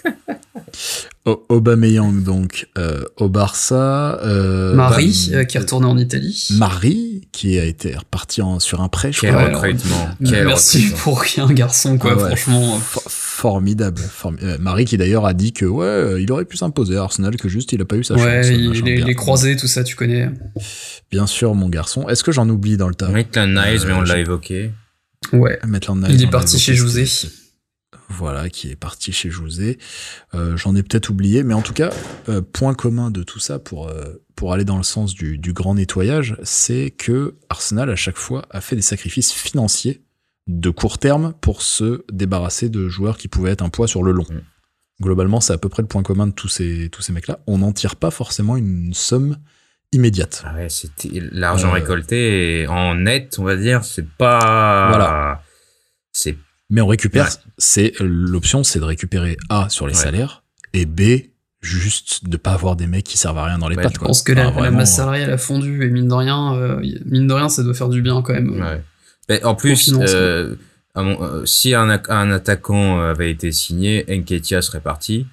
O- Aubameyang donc euh, au Barça. Euh, Marie, bah, euh, qui est retourné en Italie. Marie qui a été reparti en, sur un prêt, je Quel crois. Ouais, alors, recrutement. Quel Merci recrutement. pour rien, garçon, quoi, Ah ouais. franchement. For- formidable. Formi- euh, Marie qui d'ailleurs a dit que ouais, euh, il aurait pu s'imposer à Arsenal, que juste il a pas eu sa chance. Ouais, il- machin, les, bien. les croisés, tout ça, tu connais. Bien sûr, mon garçon. Est-ce que j'en oublie dans le tas? Maitland Niles, mais on Euh, l'a j'ai- évoqué. Ouais. Maitland Niles, Il est on l'a parti évoqué, chez José. c'était- Voilà, qui est parti chez José. Euh, J'en ai peut-être oublié, mais en tout cas, euh, point commun de tout ça pour euh, pour aller dans le sens du, du grand nettoyage, c'est que Arsenal à chaque fois a fait des sacrifices financiers de court terme pour se débarrasser de joueurs qui pouvaient être un poids sur le long. Mm. Globalement, c'est à peu près le point commun de tous ces tous ces mecs-là. On n'en tire pas forcément une somme immédiate. Ah ouais, c'était l'argent Euh, récolté et en net, on va dire, c'est pas. Voilà. C'est Mais on récupère, Ouais. c'est l'option, c'est de récupérer A sur les Ouais. salaires et B juste de pas avoir des mecs qui servent à rien dans les Ouais, pattes. je Je quoi. pense que la, Enfin, la vraiment, masse salariale a fondu et mine de rien, euh, mine de rien, ça doit faire du bien quand même. ouais. Mais en plus, finance, euh, à mon- euh, si un, ac- un attaquant avait été signé, Nketiah serait parti.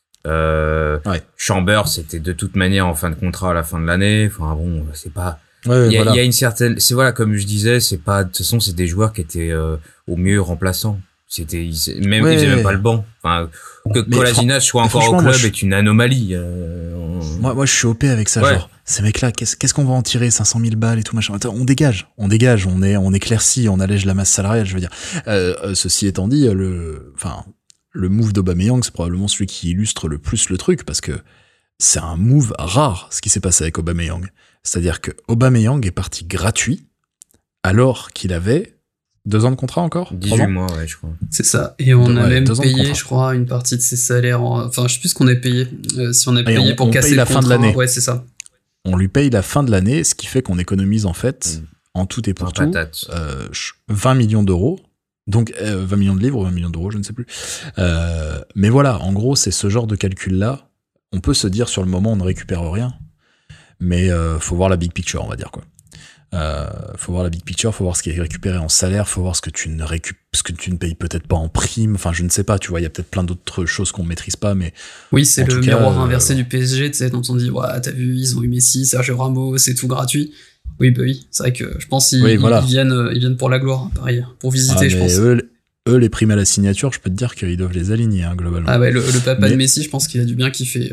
Euh, Ouais. Chambers, c'était de toute manière en fin de contrat à la fin de l'année. Enfin bon, c'est pas. Ouais, Il y, a- voilà. il y a une certaine. C'est voilà, comme je disais, c'est pas. De toute façon, c'est des joueurs qui étaient euh, au mieux remplaçants. C'était ils- même Ouais. ils faisaient même pas le banc. Enfin, que Mais Kolasinac soit mais encore au franchement, club moi, je- est une anomalie. Euh, on- Moi, moi, je suis O P avec ça, Ouais. genre, ces mecs-là, qu'est-ce qu'est-ce qu'on va en tirer, cinq cent mille balles et tout machin. Attends, on dégage, on dégage, on est, on éclaircit, on allège la masse salariale, je veux dire. Euh, euh, ceci étant dit, le, enfin, le move d'Aubameyang, c'est probablement celui qui illustre le plus le truc, parce que c'est un move rare, ce qui s'est passé avec Aubameyang. C'est-à-dire que Aubameyang est parti gratuit, alors qu'il avait deux ans de contrat encore? Trois dix-huit ans mois, ouais, je crois. C'est ça. Et on Deux- a ouais, même deux ans de payé, contrat. je crois, une partie de ses salaires. En... Enfin, je sais plus ce qu'on a payé. Euh, si on a payé on- pour on casser paye le la fin de contrat. l'année. Ouais, c'est ça. On lui paye la fin de l'année, ce qui fait qu'on économise en fait, Mm. en tout et pour En tout, patate. euh, ch- vingt millions d'euros. Donc euh, vingt millions de livres ou vingt millions d'euros, je ne sais plus. Euh, mais voilà, en gros, c'est ce genre de calcul-là. On peut se dire sur le moment, on ne récupère rien. Mais euh, faut voir la big picture, on va dire quoi. Euh, faut voir la big picture, faut voir ce qui est récupéré en salaire, faut voir ce que tu ne récup- ce que tu ne payes peut-être pas en prime. Enfin, je ne sais pas, tu vois, il y a peut-être plein d'autres choses qu'on maîtrise pas, mais oui, c'est le miroir euh... inversé du P S G, tu sais, dont on dit ouais, t'as vu, ils ont eu Messi, Sergio Ramos, c'est tout gratuit. Oui, bah oui, c'est vrai que je pense qu'ils oui, voilà. ils viennent, ils viennent pour la gloire, pareil, pour visiter, ah, je mais pense. Eux, eux, les primes à la signature, je peux te dire qu'ils doivent les aligner, hein, globalement. Ah ouais, le, le papa mais... de Messi, je pense qu'il a dû bien kiffer.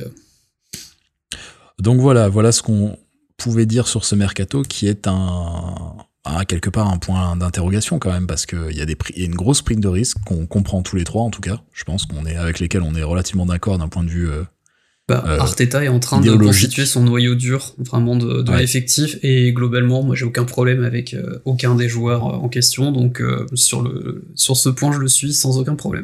Donc voilà, voilà ce qu'on pouvait dire sur ce mercato, qui est un, un quelque part un point d'interrogation quand même, parce qu'il y a des prix, y a une grosse prime de risque qu'on comprend tous les trois en tout cas. Je pense qu'on est avec lesquels on est relativement d'accord d'un point de vue. Euh, bah, euh, Arteta est en train de constituer son noyau dur vraiment de, de ouais. l'effectif, et globalement, moi j'ai aucun problème avec euh, aucun des joueurs en question, donc euh, sur le sur ce point je le suis sans aucun problème.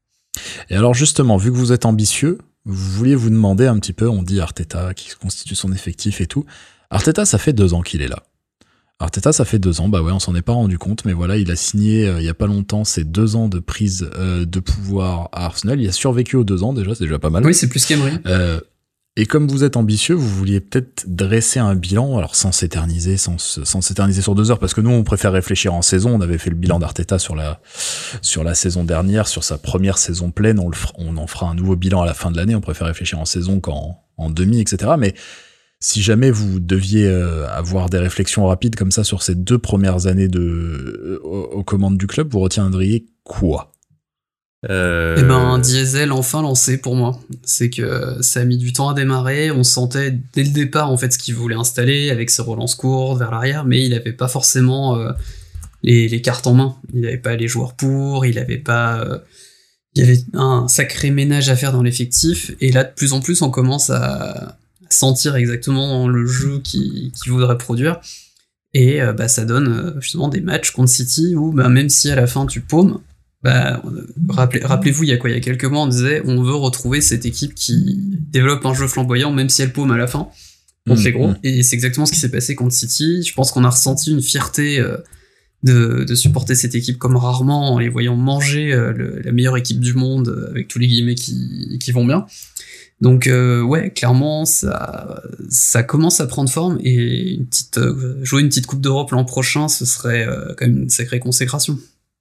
Et alors justement, vu que vous êtes ambitieux, vous vouliez vous demander un petit peu, on dit Arteta qui constitue son effectif et tout. Arteta, ça fait deux ans qu'il est là. Arteta, ça fait deux ans, bah ouais, on s'en est pas rendu compte, mais voilà, il a signé euh, il y a pas longtemps ses deux ans de prise euh, de pouvoir à Arsenal. Il a survécu aux deux ans déjà, c'est déjà pas mal. Oui, c'est plus qu'Emery. Euh, et comme vous êtes ambitieux, vous vouliez peut-être dresser un bilan, alors sans s'éterniser, sans, sans s'éterniser sur deux heures, parce que nous, on préfère réfléchir en saison. On avait fait le bilan d'Arteta sur la sur la saison dernière, sur sa première saison pleine. On, le fera, on en fera un nouveau bilan à la fin de l'année. On préfère réfléchir en saison qu'en en demi, et cetera. Mais si jamais vous deviez euh, avoir des réflexions rapides comme ça sur ces deux premières années de euh, aux, aux commandes du club, vous retiendriez quoi ? Euh... Eh ben, un diesel enfin lancé pour moi. C'est que ça a mis du temps à démarrer. On sentait dès le départ en fait ce qu'il voulait installer avec ses relances courtes vers l'arrière, mais il avait pas forcément euh, les, les cartes en main. Il avait pas les joueurs pour. Il avait pas. Euh, il y avait un sacré ménage à faire dans l'effectif. Et là, de plus en plus, on commence à sentir exactement le jeu qu'il, qu'il voudrait produire. Et euh, bah ça donne euh, justement des matchs contre City où bah même si à la fin tu paumes. Bah, rappelez, rappelez-vous, il y a quoi, il y a quelques mois, on disait, on veut retrouver cette équipe qui développe un jeu flamboyant, même si elle paume à la fin, contre mmh, les gros. Mmh. Et c'est exactement ce qui s'est passé contre City. Je pense qu'on a ressenti une fierté euh, de, de supporter cette équipe comme rarement, en les voyant manger euh, le, la meilleure équipe du monde, euh, avec tous les guillemets qui, qui vont bien. Donc euh, ouais, clairement, ça, ça commence à prendre forme, et une petite, euh, jouer une petite Coupe d'Europe l'an prochain, ce serait euh, quand même une sacrée consécration.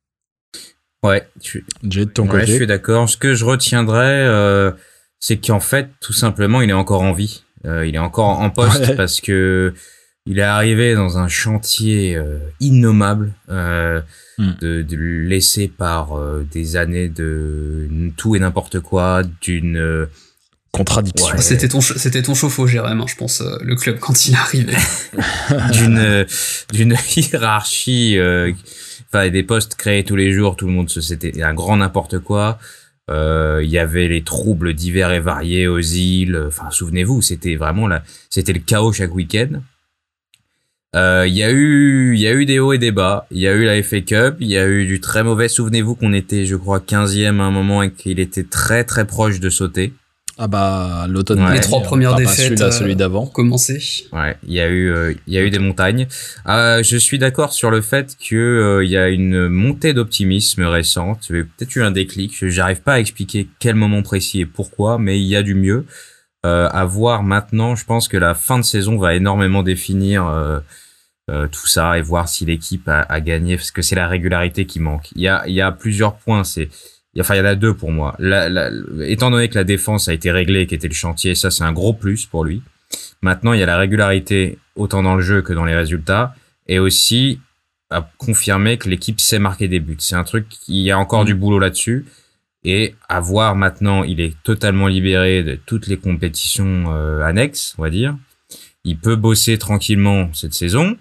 Ouais, je, J'ai de ton ouais, côté. je suis d'accord. Ce que je retiendrai, euh, c'est qu'en fait, tout simplement, il est encore en vie. Euh, il est encore en poste ouais. parce que il est arrivé dans un chantier euh, innommable, euh, mm. de, de laissé par euh, des années de tout et n'importe quoi, d'une euh, contradiction. Ouais. C'était ton, c'était ton chauffe-eau, Jérém, hein, je pense, euh, le club quand il est arrivé. d'une, euh, d'une hiérarchie. Euh, Enfin, des postes créés tous les jours, tout le monde se, c'était un grand n'importe quoi. Euh, il y avait les troubles divers et variés aux îles. Enfin, souvenez-vous, c'était vraiment là, c'était le chaos chaque week-end. Euh, il y a eu, il y a eu des hauts et des bas. Il y a eu la F A Cup. Il y a eu du très mauvais. Souvenez-vous qu'on était, je crois, quinzième à un moment et qu'il était très très proche de sauter. Ah bah l'automne. Ouais. Les trois premières enfin, défaites. Celui-là, celui d'avant. Commencé. Ouais, il y a eu, euh, il y a eu des montagnes. Euh, je suis d'accord sur le fait que euh, il y a une montée d'optimisme récente. J'ai peut-être eu un déclic. J'arrive pas à expliquer quel moment précis et pourquoi, mais il y a du mieux. Euh, à voir maintenant. Je pense que la fin de saison va énormément définir euh, euh, tout ça et voir si l'équipe a, a gagné, parce que c'est la régularité qui manque. Il y a, il y a plusieurs points. C'est Enfin, il y en a deux pour moi. La, la, étant donné que la défense a été réglée, qui était le chantier, ça c'est un gros plus pour lui. Maintenant, il y a la régularité autant dans le jeu que dans les résultats, et aussi à confirmer que l'équipe sait marquer des buts. C'est un truc, il y a encore mmh. du boulot là-dessus, et à voir maintenant, il est totalement libéré de toutes les compétitions euh, annexes, on va dire. Il peut bosser tranquillement cette saison.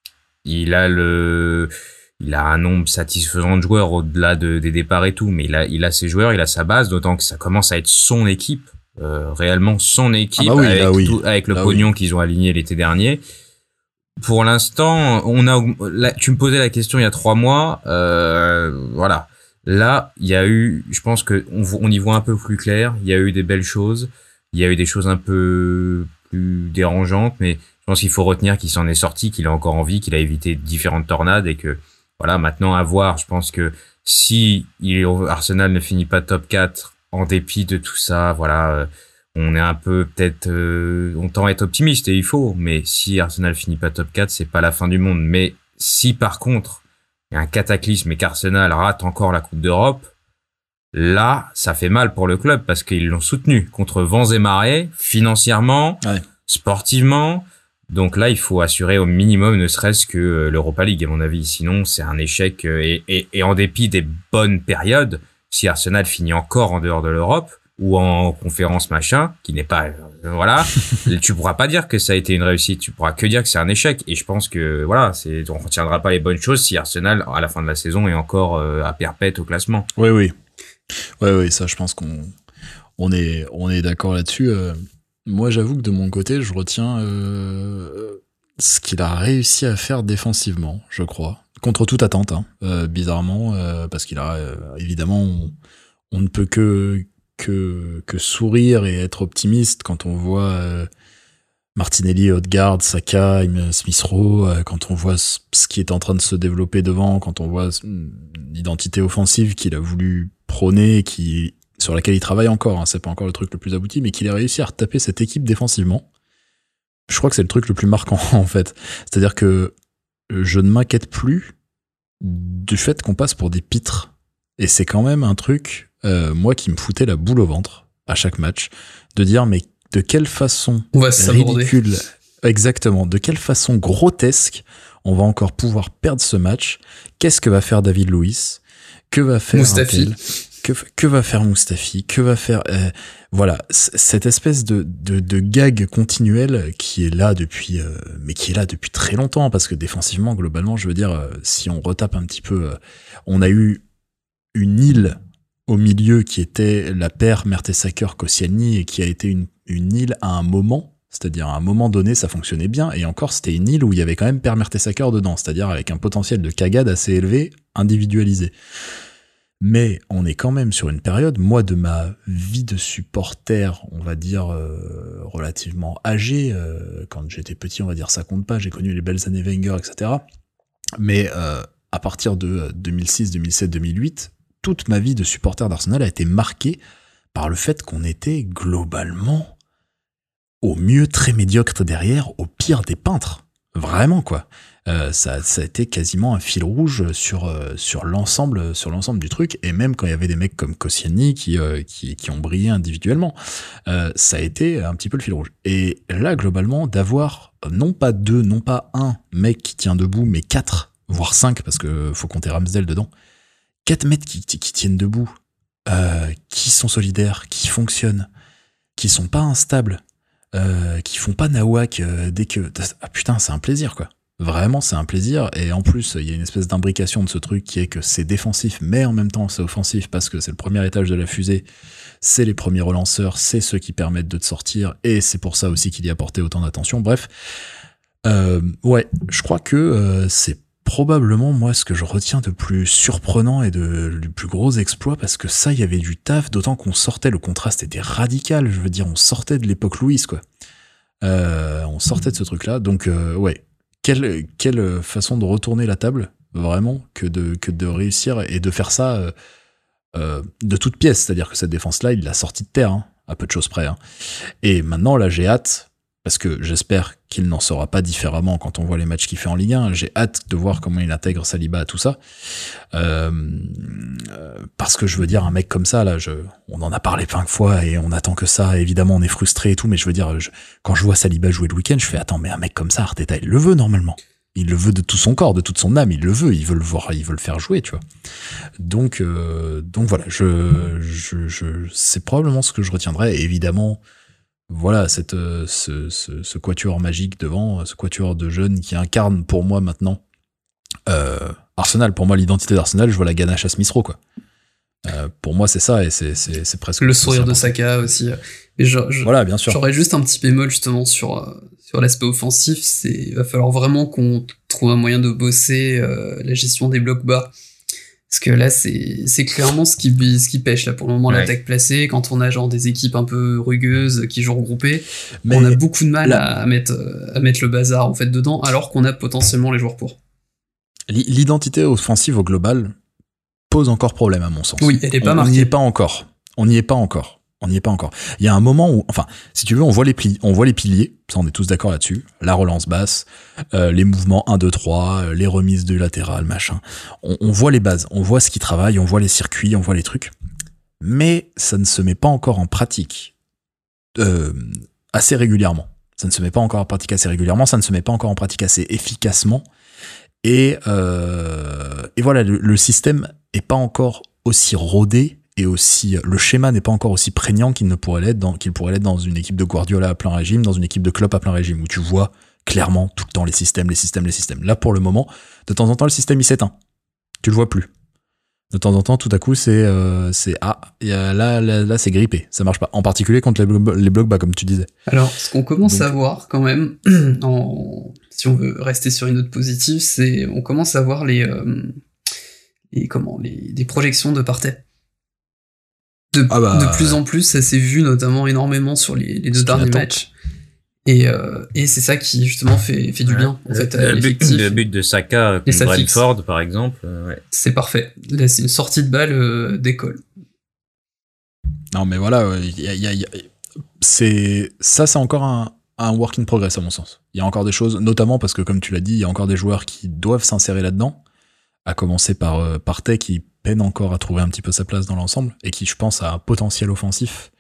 Il a le... Il a un nombre satisfaisant de joueurs au-delà de, des départs et tout, mais il a, il a ses joueurs, il a sa base, d'autant que ça commence à être son équipe, euh, réellement son équipe, ah bah oui, avec, bah oui. tout, avec le bah pognon oui. qu'ils ont aligné l'été dernier. Pour l'instant, on a, là, tu me posais la question il y a trois mois, euh, voilà. Là, il y a eu, je pense que on, on y voit un peu plus clair. Il y a eu des belles choses, il y a eu des choses un peu plus dérangeantes, mais je pense qu'il faut retenir qu'il s'en est sorti, qu'il est encore en vie, qu'il a évité différentes tornades et que voilà, maintenant à voir, je pense que si il, Arsenal ne finit pas top quatre en dépit de tout ça, voilà, euh, on est un peu peut-être, euh, on tend à être optimiste et il faut, mais si Arsenal finit pas top quatre, c'est pas la fin du monde. Mais si par contre il y a un cataclysme et qu'Arsenal rate encore la Coupe d'Europe, là ça fait mal pour le club parce qu'ils l'ont soutenu contre vents et marées, financièrement, ouais. sportivement. Donc là, il faut assurer au minimum, ne serait-ce que l'Europa League, à mon avis. Sinon, c'est un échec. Et, et, et en dépit des bonnes périodes, si Arsenal finit encore en dehors de l'Europe ou en conférence machin, qui n'est pas, euh, voilà, tu pourras pas dire que ça a été une réussite. Tu pourras que dire que c'est un échec. Et je pense que voilà, c'est, on retiendra pas les bonnes choses si Arsenal, à la fin de la saison, est encore euh, à perpète au classement. Oui, oui, oui, oui. Ça, je pense qu'on on est on est d'accord là-dessus. Euh... Moi, j'avoue que de mon côté, je retiens euh, ce qu'il a réussi à faire défensivement, je crois. Contre toute attente, hein, euh, bizarrement, euh, parce qu'il a, euh, évidemment, on, on ne peut que, que, que sourire et être optimiste quand on voit euh, Martinelli, Odegaard, Saka, Smith Rowe, euh, quand on voit ce, ce qui est en train de se développer devant, quand on voit l'identité offensive qu'il a voulu prôner, qui... sur laquelle il travaille encore, hein, c'est pas encore le truc le plus abouti, mais qu'il ait réussi à retaper cette équipe défensivement. Je crois que c'est le truc le plus marquant, en fait. C'est-à-dire que je ne m'inquiète plus du fait qu'on passe pour des pitres. Et c'est quand même un truc, euh, moi, qui me foutait la boule au ventre à chaque match, de dire, mais de quelle façon on va ridicule, exactement, de quelle façon grotesque on va encore pouvoir perdre ce match. Qu'est-ce que va faire David Luiz? Que va faire Mustafi? Que, que va faire Mustafi? Que va faire euh, voilà, c- cette espèce de, de, de gag continuel qui est là depuis, euh, mais qui est là depuis très longtemps, parce que défensivement, globalement, je veux dire, euh, si on retape un petit peu, euh, on a eu une île au milieu qui était la paire Mertesacker-Koscielny et qui a été une, une île à un moment, c'est-à-dire à un moment donné, ça fonctionnait bien, et encore, c'était une île où il y avait quand même Per Mertesacker dedans, c'est-à-dire avec un potentiel de cagade assez élevé, individualisé. Mais on est quand même sur une période, moi de ma vie de supporter, on va dire euh, relativement âgé, euh, quand j'étais petit, on va dire ça compte pas, j'ai connu les belles années Wenger, et cetera. Mais euh, à partir de deux mille six, deux mille sept, deux mille huit, toute ma vie de supporter d'Arsenal a été marquée par le fait qu'on était globalement au mieux très médiocre derrière, au pire des peintres. Vraiment, quoi. Euh, ça, ça a été quasiment un fil rouge sur, euh, sur, l'ensemble, sur l'ensemble du truc, et même quand il y avait des mecs comme Koscielny qui, euh, qui, qui ont brillé individuellement, euh, ça a été un petit peu le fil rouge. Et là, globalement, d'avoir non pas deux, non pas un mec qui tient debout, mais quatre, voire cinq, parce que faut compter Ramsdale dedans, quatre mecs qui, qui tiennent debout, euh, qui sont solidaires, qui fonctionnent, qui sont pas instables, euh, qui font pas nawak euh, dès que... Ah putain, c'est un plaisir, quoi. Vraiment, c'est un plaisir, et en plus, il y a une espèce d'imbrication de ce truc qui est que c'est défensif, mais en même temps, c'est offensif, parce que c'est le premier étage de la fusée, c'est les premiers relanceurs, c'est ceux qui permettent de te sortir, et c'est pour ça aussi qu'il y a porté autant d'attention. Bref, euh, ouais, je crois que euh, c'est probablement, moi, ce que je retiens de plus surprenant et de, du plus gros exploit, parce que ça, il y avait du taf, d'autant qu'on sortait, le contraste était radical, je veux dire, on sortait de l'époque Louis, quoi. Euh, on sortait de ce truc-là, donc, euh, ouais. Quelle, quelle façon de retourner la table, vraiment, que de, que de réussir et de faire ça euh, euh, de toute pièce. C'est-à-dire que cette défense-là, il l'a sortie de terre, hein, à peu de choses près. Hein. Et maintenant, là, j'ai hâte, parce que j'espère qu'il n'en sera pas différemment quand on voit les matchs qu'il fait en Ligue un. J'ai hâte de voir comment il intègre Saliba à tout ça. Euh, euh, parce que je veux dire, un mec comme ça, là, je, on en a parlé plein de fois et on attend que ça. Évidemment, on est frustré et tout, mais je veux dire, je, quand je vois Saliba jouer le week-end, je fais, attends, mais un mec comme ça, Arteta, il le veut normalement. Il le veut de tout son corps, de toute son âme, il le veut, il veut le voir, il veut le faire jouer, tu vois. Donc, euh, donc voilà, je, je, je, c'est probablement ce que je retiendrai. Et évidemment, voilà, cette, ce, ce, ce quatuor magique devant, ce quatuor de jeunes qui incarne pour moi maintenant euh, Arsenal. Pour moi, l'identité d'Arsenal, je vois la ganache à Smith Rowe, quoi. Euh, pour moi, c'est ça, et c'est, c'est, c'est presque... Le sourire de Saka aussi. Mais je, je, voilà, bien sûr. J'aurais juste un petit bémol, justement, sur, sur l'aspect offensif. C'est, il va falloir vraiment qu'on trouve un moyen de bosser euh, la gestion des blocs bas. Parce que là, c'est, c'est clairement ce qui, ce qui pêche, là, pour le moment, ouais. L'attaque placée. Quand on a, genre, des équipes un peu rugueuses qui jouent regroupées, mais on a beaucoup de mal là, à mettre, à mettre le bazar, en fait, dedans, alors qu'on a potentiellement les joueurs pour. L'identité offensive au global pose encore problème, à mon sens. Oui, elle est pas on, marquée. On n'y est pas encore. On n'y est pas encore. On n'y est pas encore. Il y a un moment où, enfin, si tu veux, on voit les pli- on voit les piliers, ça on est tous d'accord là-dessus, la relance basse, euh, les mouvements un, deux, trois, euh, les remises de latéral, machin. On, on voit les bases, on voit ce qui travaille, on voit les circuits, on voit les trucs. Mais ça ne se met pas encore en pratique euh, assez régulièrement. Ça ne se met pas encore en pratique assez régulièrement, ça ne se met pas encore en pratique assez efficacement. Et, euh, et voilà, le, le système est pas encore aussi rodé et aussi, le schéma n'est pas encore aussi prégnant qu'il ne pourrait l'être dans, qu'il pourrait l'être dans une équipe de Guardiola à plein régime, dans une équipe de Klopp à plein régime, où tu vois clairement tout le temps les systèmes, les systèmes, les systèmes. Là, pour le moment, de temps en temps, le système il s'éteint. Tu le vois plus. De temps en temps, tout à coup, c'est, euh, c'est ah, y a, là, là, là, c'est grippé, ça marche pas. En particulier contre les, blo- les blocs bas, comme tu disais. Alors, ce qu'on commence Donc, à voir quand même, en, si on veut rester sur une note positive, c'est on commence à voir les, euh, les comment, les, des projections de Partey. De, Ah bah, de plus en plus, ça s'est vu notamment énormément sur les, les deux Ce qu'il derniers attend. matchs. Et, euh, et c'est ça qui justement fait, fait du bien en le, fait à le, but, l'effectif. le but de Saka Et contre ça fixe. Brentford, par exemple. euh, Ouais. C'est parfait. Là, c'est une sortie de balle euh, d'école. non, mais voilà, il y a, y a, y a, c'est, ça, c'est encore un, un work in progress, à mon sens. Il y a encore des choses, notamment parce que, comme tu l'as dit, il y a encore des joueurs qui doivent s'insérer là-dedans, à commencer par euh, Partey, qui peine encore à trouver un petit peu sa place dans l'ensemble, et qui, je pense, a un potentiel offensif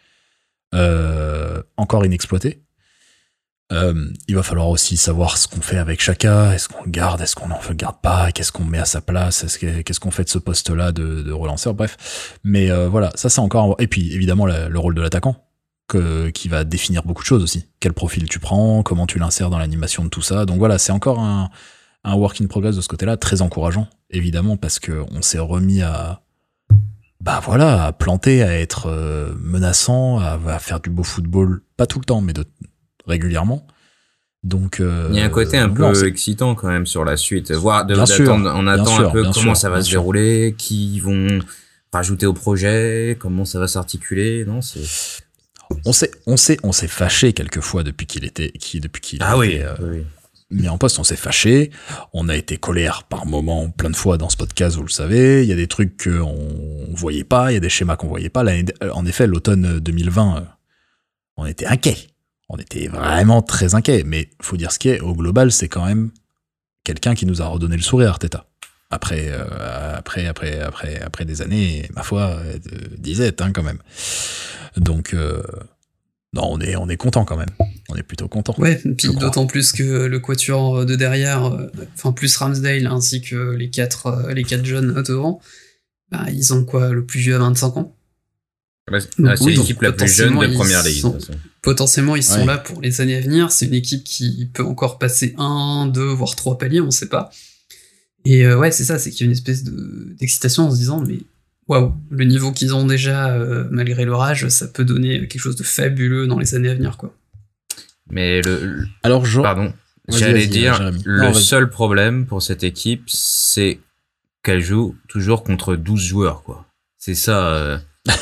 euh, encore inexploité. Euh, il va falloir aussi savoir ce qu'on fait avec Xhaka, est-ce qu'on le garde, est-ce qu'on n'en garde pas, qu'est-ce qu'on met à sa place, est-ce que, qu'est-ce qu'on fait de ce poste-là de, de relanceur, bref. Mais euh, voilà, ça c'est encore... Un... Et puis évidemment la, le rôle de l'attaquant, que, qui va définir beaucoup de choses aussi. Quel profil tu prends, comment tu l'insères dans l'animation de tout ça. Donc voilà, c'est encore un, un work in progress de ce côté-là, très encourageant, évidemment, parce qu'on s'est remis à... Bah voilà, à planter, à être euh, menaçant, à, à faire du beau football, pas tout le temps, mais de régulièrement. Donc euh, il y a un côté un peu non, excitant quand même sur la suite. Voir, de, Bien sûr, on attend bien sûr, un peu bien comment sûr, ça va bien se sûr. dérouler, qui ils vont rajouter au projet, comment ça va s'articuler. Non, c'est. on s'est, on s'est, on s'est fâché quelquefois depuis qu'il était, qui, depuis qu'il Ah a oui. été, euh, oui. mis en poste, on s'est fâché, on a été colère par moments, plein de fois dans ce podcast, vous le savez, il y a des trucs qu'on voyait pas, il y a des schémas qu'on voyait pas. L'année, en effet, l'automne deux mille vingt, on était inquiets. On était vraiment très inquiets, mais faut dire ce qui est, au global, c'est quand même quelqu'un qui nous a redonné le sourire, Arteta. Après, euh, après, après, après, après des années, ma foi, de disette, hein, quand même. Donc, euh, non, on est, on est content quand même. On est plutôt content. Ouais, puis je crois. d'autant plus que le quatuor de derrière, euh, enfin plus Ramsdale ainsi que les quatre, euh, les quatre jeunes devant, bah, ils ont quoi, le plus vieux à vingt-cinq ans. Ouais, c'est Donc, c'est oui, l'équipe la plus jeune de potentiellement, première ils ligue. sont- de toute façon. Potentiellement, ils sont Ouais. là pour les années à venir. C'est une équipe qui peut encore passer un, deux, voire trois paliers, on sait pas. Et euh, ouais, c'est ça, c'est qu'il y a une espèce de, d'excitation en se disant, mais waouh, le niveau qu'ils ont déjà, euh, malgré leur âge, ça peut donner quelque chose de fabuleux dans les années à venir, quoi. Mais le, le- Alors, je... pardon, Vas-y, j'allais vas-y, dire, Jérémy. le Non, vas-y. seul problème pour cette équipe, c'est qu'elle joue toujours contre douze joueurs, quoi. C'est ça. Euh...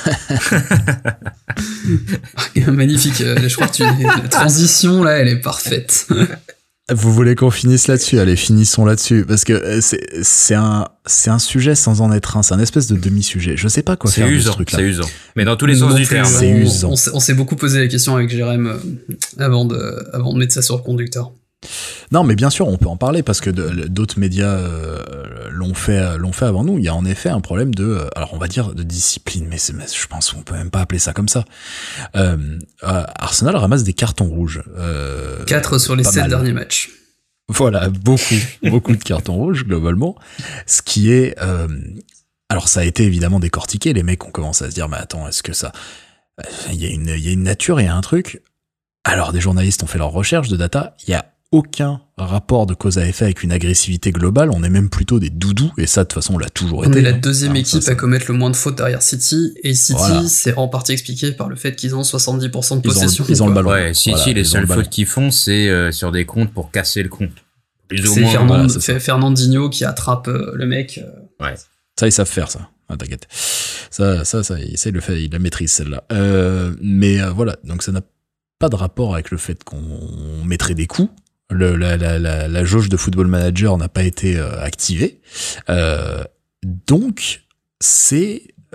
Magnifique, euh, je crois que tu, la transition, là, elle est parfaite. Vous voulez qu'on finisse là-dessus? Allez, finissons là-dessus. Parce que euh, c'est, c'est, un, c'est un sujet sans en être un. C'est un espèce de demi-sujet. Je sais pas quoi C'est faire de ce usant, truc-là. c'est usant. Mais dans tous les sens Non du plus, terme. C'est on- usant. On, s'est- on s'est beaucoup posé la question avec Jérém euh, avant de, avant de mettre ça sur le conducteur. Non, mais bien sûr, on peut en parler parce que de- d'autres médias euh, l'ont fait, l'ont fait avant nous. Il y a en effet un problème de, euh, alors on va dire de discipline, mais, c'est, mais je pense qu'on peut même pas appeler ça comme ça. Euh, euh, Arsenal ramasse des cartons rouges. Euh, quatre sur les pas sept mal. derniers matchs. Voilà, beaucoup, beaucoup de cartons rouges globalement. Ce qui est, euh, alors ça a été évidemment décortiqué. Les mecs ont commencé à se dire, mais attends, est-ce que ça, il y a une, il y a une nature, il y a un truc. Alors des journalistes ont fait leurs recherches de data. Il y a aucun rapport de cause à effet avec une agressivité globale. On est même plutôt des doudous, et ça de toute façon on l'a toujours On été. est la hein. deuxième Alors, équipe ça, ça- à commettre le moins de fautes derrière City, et City, Voilà. c'est en partie expliqué par le fait qu'ils ont soixante-dix pour cent de Ils ont le- possession. ils ont le quoi. ballon. Ouais, si, Voilà, si, les ils ont seules le ballon. fautes qu'ils font, c'est euh, sur des comptes pour casser le compte. Plus ou C'est moins. Fernand- voilà, c'est ça. Fer- Fernandinho qui attrape euh, le mec. euh, Ça, ils savent faire, ça. Ah, t'inquiète. Ça, ça, ça, il sait le fait, il la maîtrise, celle-là. Euh, mais euh, voilà, donc ça n'a pas de rapport avec le fait qu'on mettrait des coups. Le, la, la, la, la jauge de Football Manager n'a pas été euh, activée. Euh, donc, c'est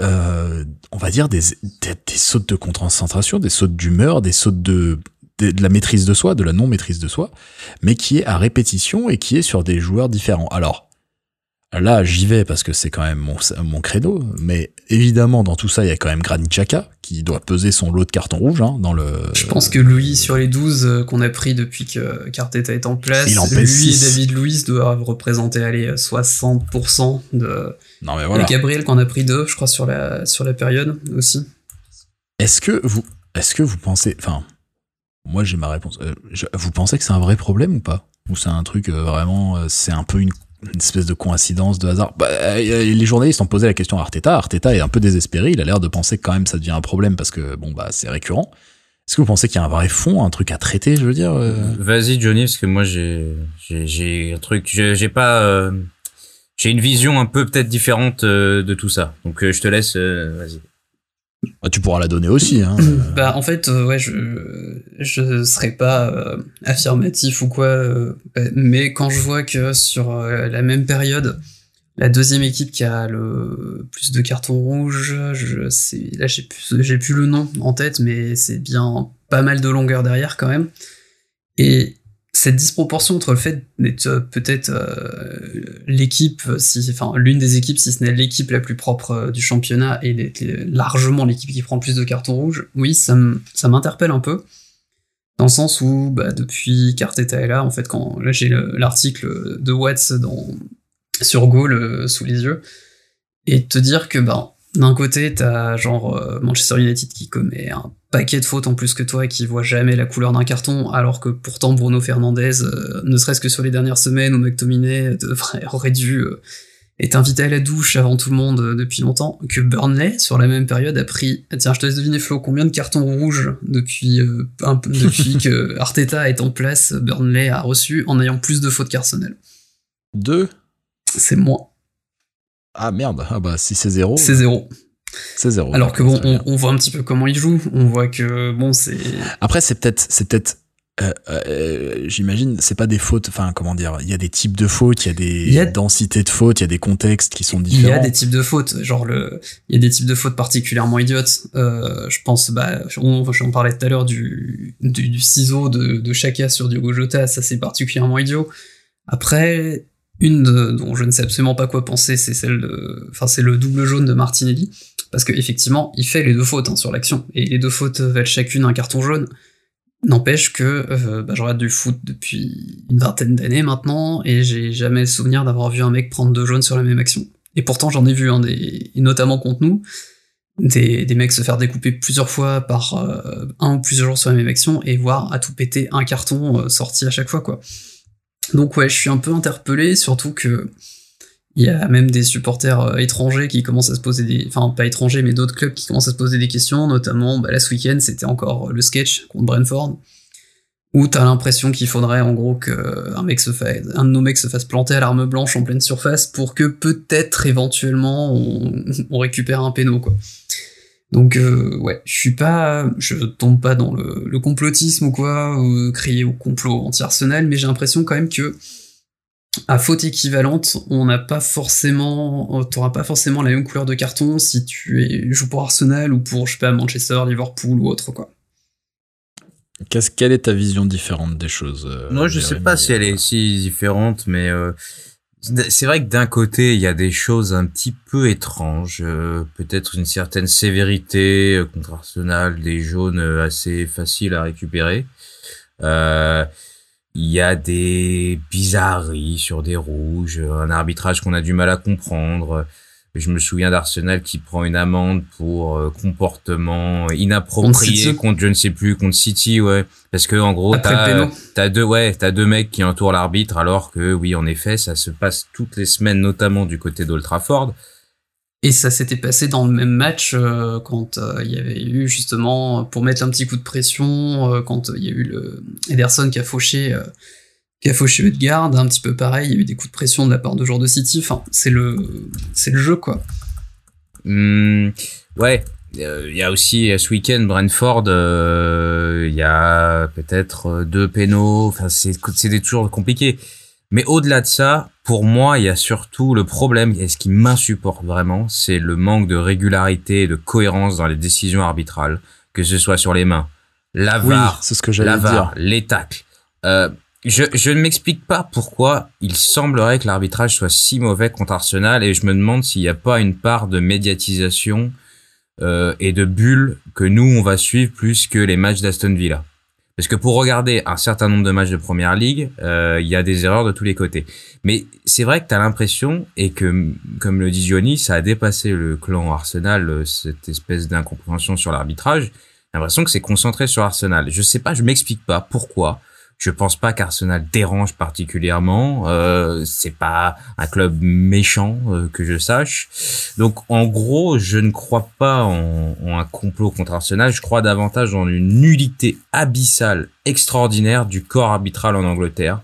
euh, on va dire des, des, des sautes de concentration, des sautes d'humeur, des sautes de, de, de la maîtrise de soi, de la non-maîtrise de soi, mais qui est à répétition et qui est sur des joueurs différents. Alors, là, j'y vais parce que c'est quand même mon, mon credo, mais évidemment, dans tout ça, il y a quand même Granit Xhaka qui doit peser son lot de cartons rouges, hein, dans le... Je pense que lui, sur les douze qu'on a pris depuis que qu'Arteta est en place, il en lui six. et David Luiz doivent représenter, allez, soixante pour cent de... Non, mais voilà. Et Gabriel qu'on a pris deux, je crois, sur la, sur la période aussi. Est-ce que vous, est-ce que vous pensez... Enfin, moi, j'ai ma réponse. Euh, je, vous pensez que c'est un vrai problème ou pas? Ou c'est un truc euh, vraiment... Euh, c'est un peu une... une espèce de coïncidence, de hasard. Bah, les journalistes ont posé la question à Arteta. Arteta est un peu désespéré. Il a l'air de penser que quand même ça devient un problème parce que bon bah c'est récurrent. Est-ce que vous pensez qu'il y a un vrai fond, un truc à traiter, je veux dire euh... Vas-y Johnny, parce que moi j'ai j'ai j'ai un truc, j'ai, j'ai pas, euh, j'ai une vision un peu peut-être différente euh, de tout ça. Donc euh, je te laisse, euh, vas-y. Bah, tu pourras la donner aussi. Hein. Bah en fait euh, ouais je je serais pas euh, affirmatif ou quoi, euh, mais quand je vois que sur euh, la même période la deuxième équipe qui a le plus de cartons rouges, je sais là j'ai plus j'ai plus le nom en tête, mais c'est bien pas mal de longueur derrière quand même, et cette disproportion entre le fait d'être euh, peut-être euh, l'équipe, si, enfin l'une des équipes, si ce n'est l'équipe la plus propre euh, du championnat, et d'être largement l'équipe qui prend le plus de cartons rouges, oui, ça, m- ça m'interpelle un peu, dans le sens où bah, depuis qu'Arteta est là, en fait, quand là j'ai le, l'article de Watts dans, sur Goal euh, sous les yeux, et te dire que bah, d'un côté t'as genre euh, Manchester United qui commet un paquet de fautes en plus que toi et qui voit jamais la couleur d'un carton, alors que pourtant Bruno Fernandes, euh, ne serait-ce que sur les dernières semaines, ou McTominay devrait, aurait dû euh, être invité à la douche avant tout le monde euh, depuis longtemps, que Burnley, sur la même période, a pris... Tiens, je te laisse deviner Flo, combien de cartons rouges depuis, euh, un, depuis que Arteta est en place, Burnley a reçu en ayant plus de fautes qu'Arsenal. Deux. C'est moins. Ah merde, ah bah si c'est zéro. C'est zéro. C'est zéro. Alors que bon, on, on voit un petit peu comment il joue, on voit que bon, c'est... Après, c'est peut-être, c'est peut-être, euh, euh, j'imagine, c'est pas des fautes, enfin, comment dire, il y a des types de fautes, il y a des y a... densités de fautes, il y a des contextes qui sont différents. Il y a des types de fautes, genre le, il y a des types de fautes particulièrement idiotes. Euh, je pense, bah, on, on parlait tout à l'heure du, du, du ciseau de, de Xhaka sur Diogo Jota, ça c'est particulièrement idiot. Après, une de, dont je ne sais absolument pas quoi penser, c'est celle de, enfin, c'est le double jaune de Martinelli. Parce que effectivement, il fait les deux fautes hein, sur l'action, et les deux fautes valent chacune un carton jaune. N'empêche que euh, bah, je regarde du foot depuis une vingtaine d'années maintenant, et j'ai jamais le souvenir d'avoir vu un mec prendre deux jaunes sur la même action. Et pourtant, j'en ai vu, hein, des, et notamment contre nous, des, des mecs se faire découper plusieurs fois par euh, un ou plusieurs jours sur la même action, et voir à tout péter un carton euh, sorti à chaque fois, quoi. Donc ouais, je suis un peu interpellé, surtout que il y a même des supporters euh, étrangers qui commencent à se poser des... Enfin, pas étrangers, mais d'autres clubs qui commencent à se poser des questions, notamment, bah, là, ce week-end, c'était encore le sketch contre Brentford, où t'as l'impression qu'il faudrait, en gros, qu'un mec se fasse... un de nos mecs se fasse planter à l'arme blanche en pleine surface pour que, peut-être, éventuellement, on, on récupère un péno, quoi. Donc, euh, ouais, je suis pas... Je tombe pas dans le, le complotisme ou quoi, ou crier au complot anti-Arsenal, mais j'ai l'impression quand même que à faute équivalente, on n'a pas forcément, t'auras pas forcément la même couleur de carton si tu es, joues pour Arsenal ou pour, je sais pas, Manchester, Liverpool ou autre, quoi. Qu'est-ce, quelle est ta vision différente des choses? euh, Moi, je sais pas si elle est si différente, mais euh, c'est vrai que d'un côté, il y a des choses un petit peu étranges, euh, peut-être une certaine sévérité euh, contre Arsenal, des jaunes euh, assez faciles à récupérer. Euh, Il y a des bizarreries sur des rouges, un arbitrage qu'on a du mal à comprendre. Je me souviens d'Arsenal qui prend une amende pour euh, comportement inapproprié contre, je ne sais plus, contre City, ouais. Parce que, en gros, t'as, t'as deux, ouais, t'as deux mecs qui entourent l'arbitre, alors que, oui, en effet, ça se passe toutes les semaines, notamment du côté d'Old Trafford. Et ça s'était passé dans le même match euh, quand il euh, y avait eu justement, pour mettre un petit coup de pression, euh, quand il y a eu le Ederson qui a fauché, euh, qui a fauché Ødegaard, un petit peu pareil, il y a eu des coups de pression de la part de joueurs de City. Enfin, c'est le, c'est le jeu, quoi. Mmh, ouais, il euh, y a aussi ce week-end Brentford, il euh, y a peut-être deux pénaux. Enfin, c'est c'est des toujours compliqué. Mais au-delà de ça, pour moi, il y a surtout le problème, et ce qui m'insupporte vraiment, c'est le manque de régularité et de cohérence dans les décisions arbitrales, que ce soit sur les mains, la V A R, oui, c'est ce que j'allais la V A R, dire. les tacles. Euh, je, je ne m'explique pas pourquoi il semblerait que l'arbitrage soit si mauvais contre Arsenal, et je me demande s'il n'y a pas une part de médiatisation euh, et de bulle que nous, on va suivre plus que les matchs d'Aston Villa. Parce que pour regarder un certain nombre de matchs de Première Ligue, euh, il y a des erreurs de tous les côtés. Mais c'est vrai que tu as l'impression, et que, comme le dit Johnny, ça a dépassé le clan Arsenal, cette espèce d'incompréhension sur l'arbitrage. J'ai l'impression que c'est concentré sur Arsenal. Je sais pas, je m'explique pas pourquoi. Je pense pas qu'Arsenal dérange particulièrement. Euh, c'est pas un club méchant euh, que je sache. Donc en gros, je ne crois pas en, en un complot contre Arsenal. Je crois davantage en une nullité abyssale extraordinaire du corps arbitral en Angleterre.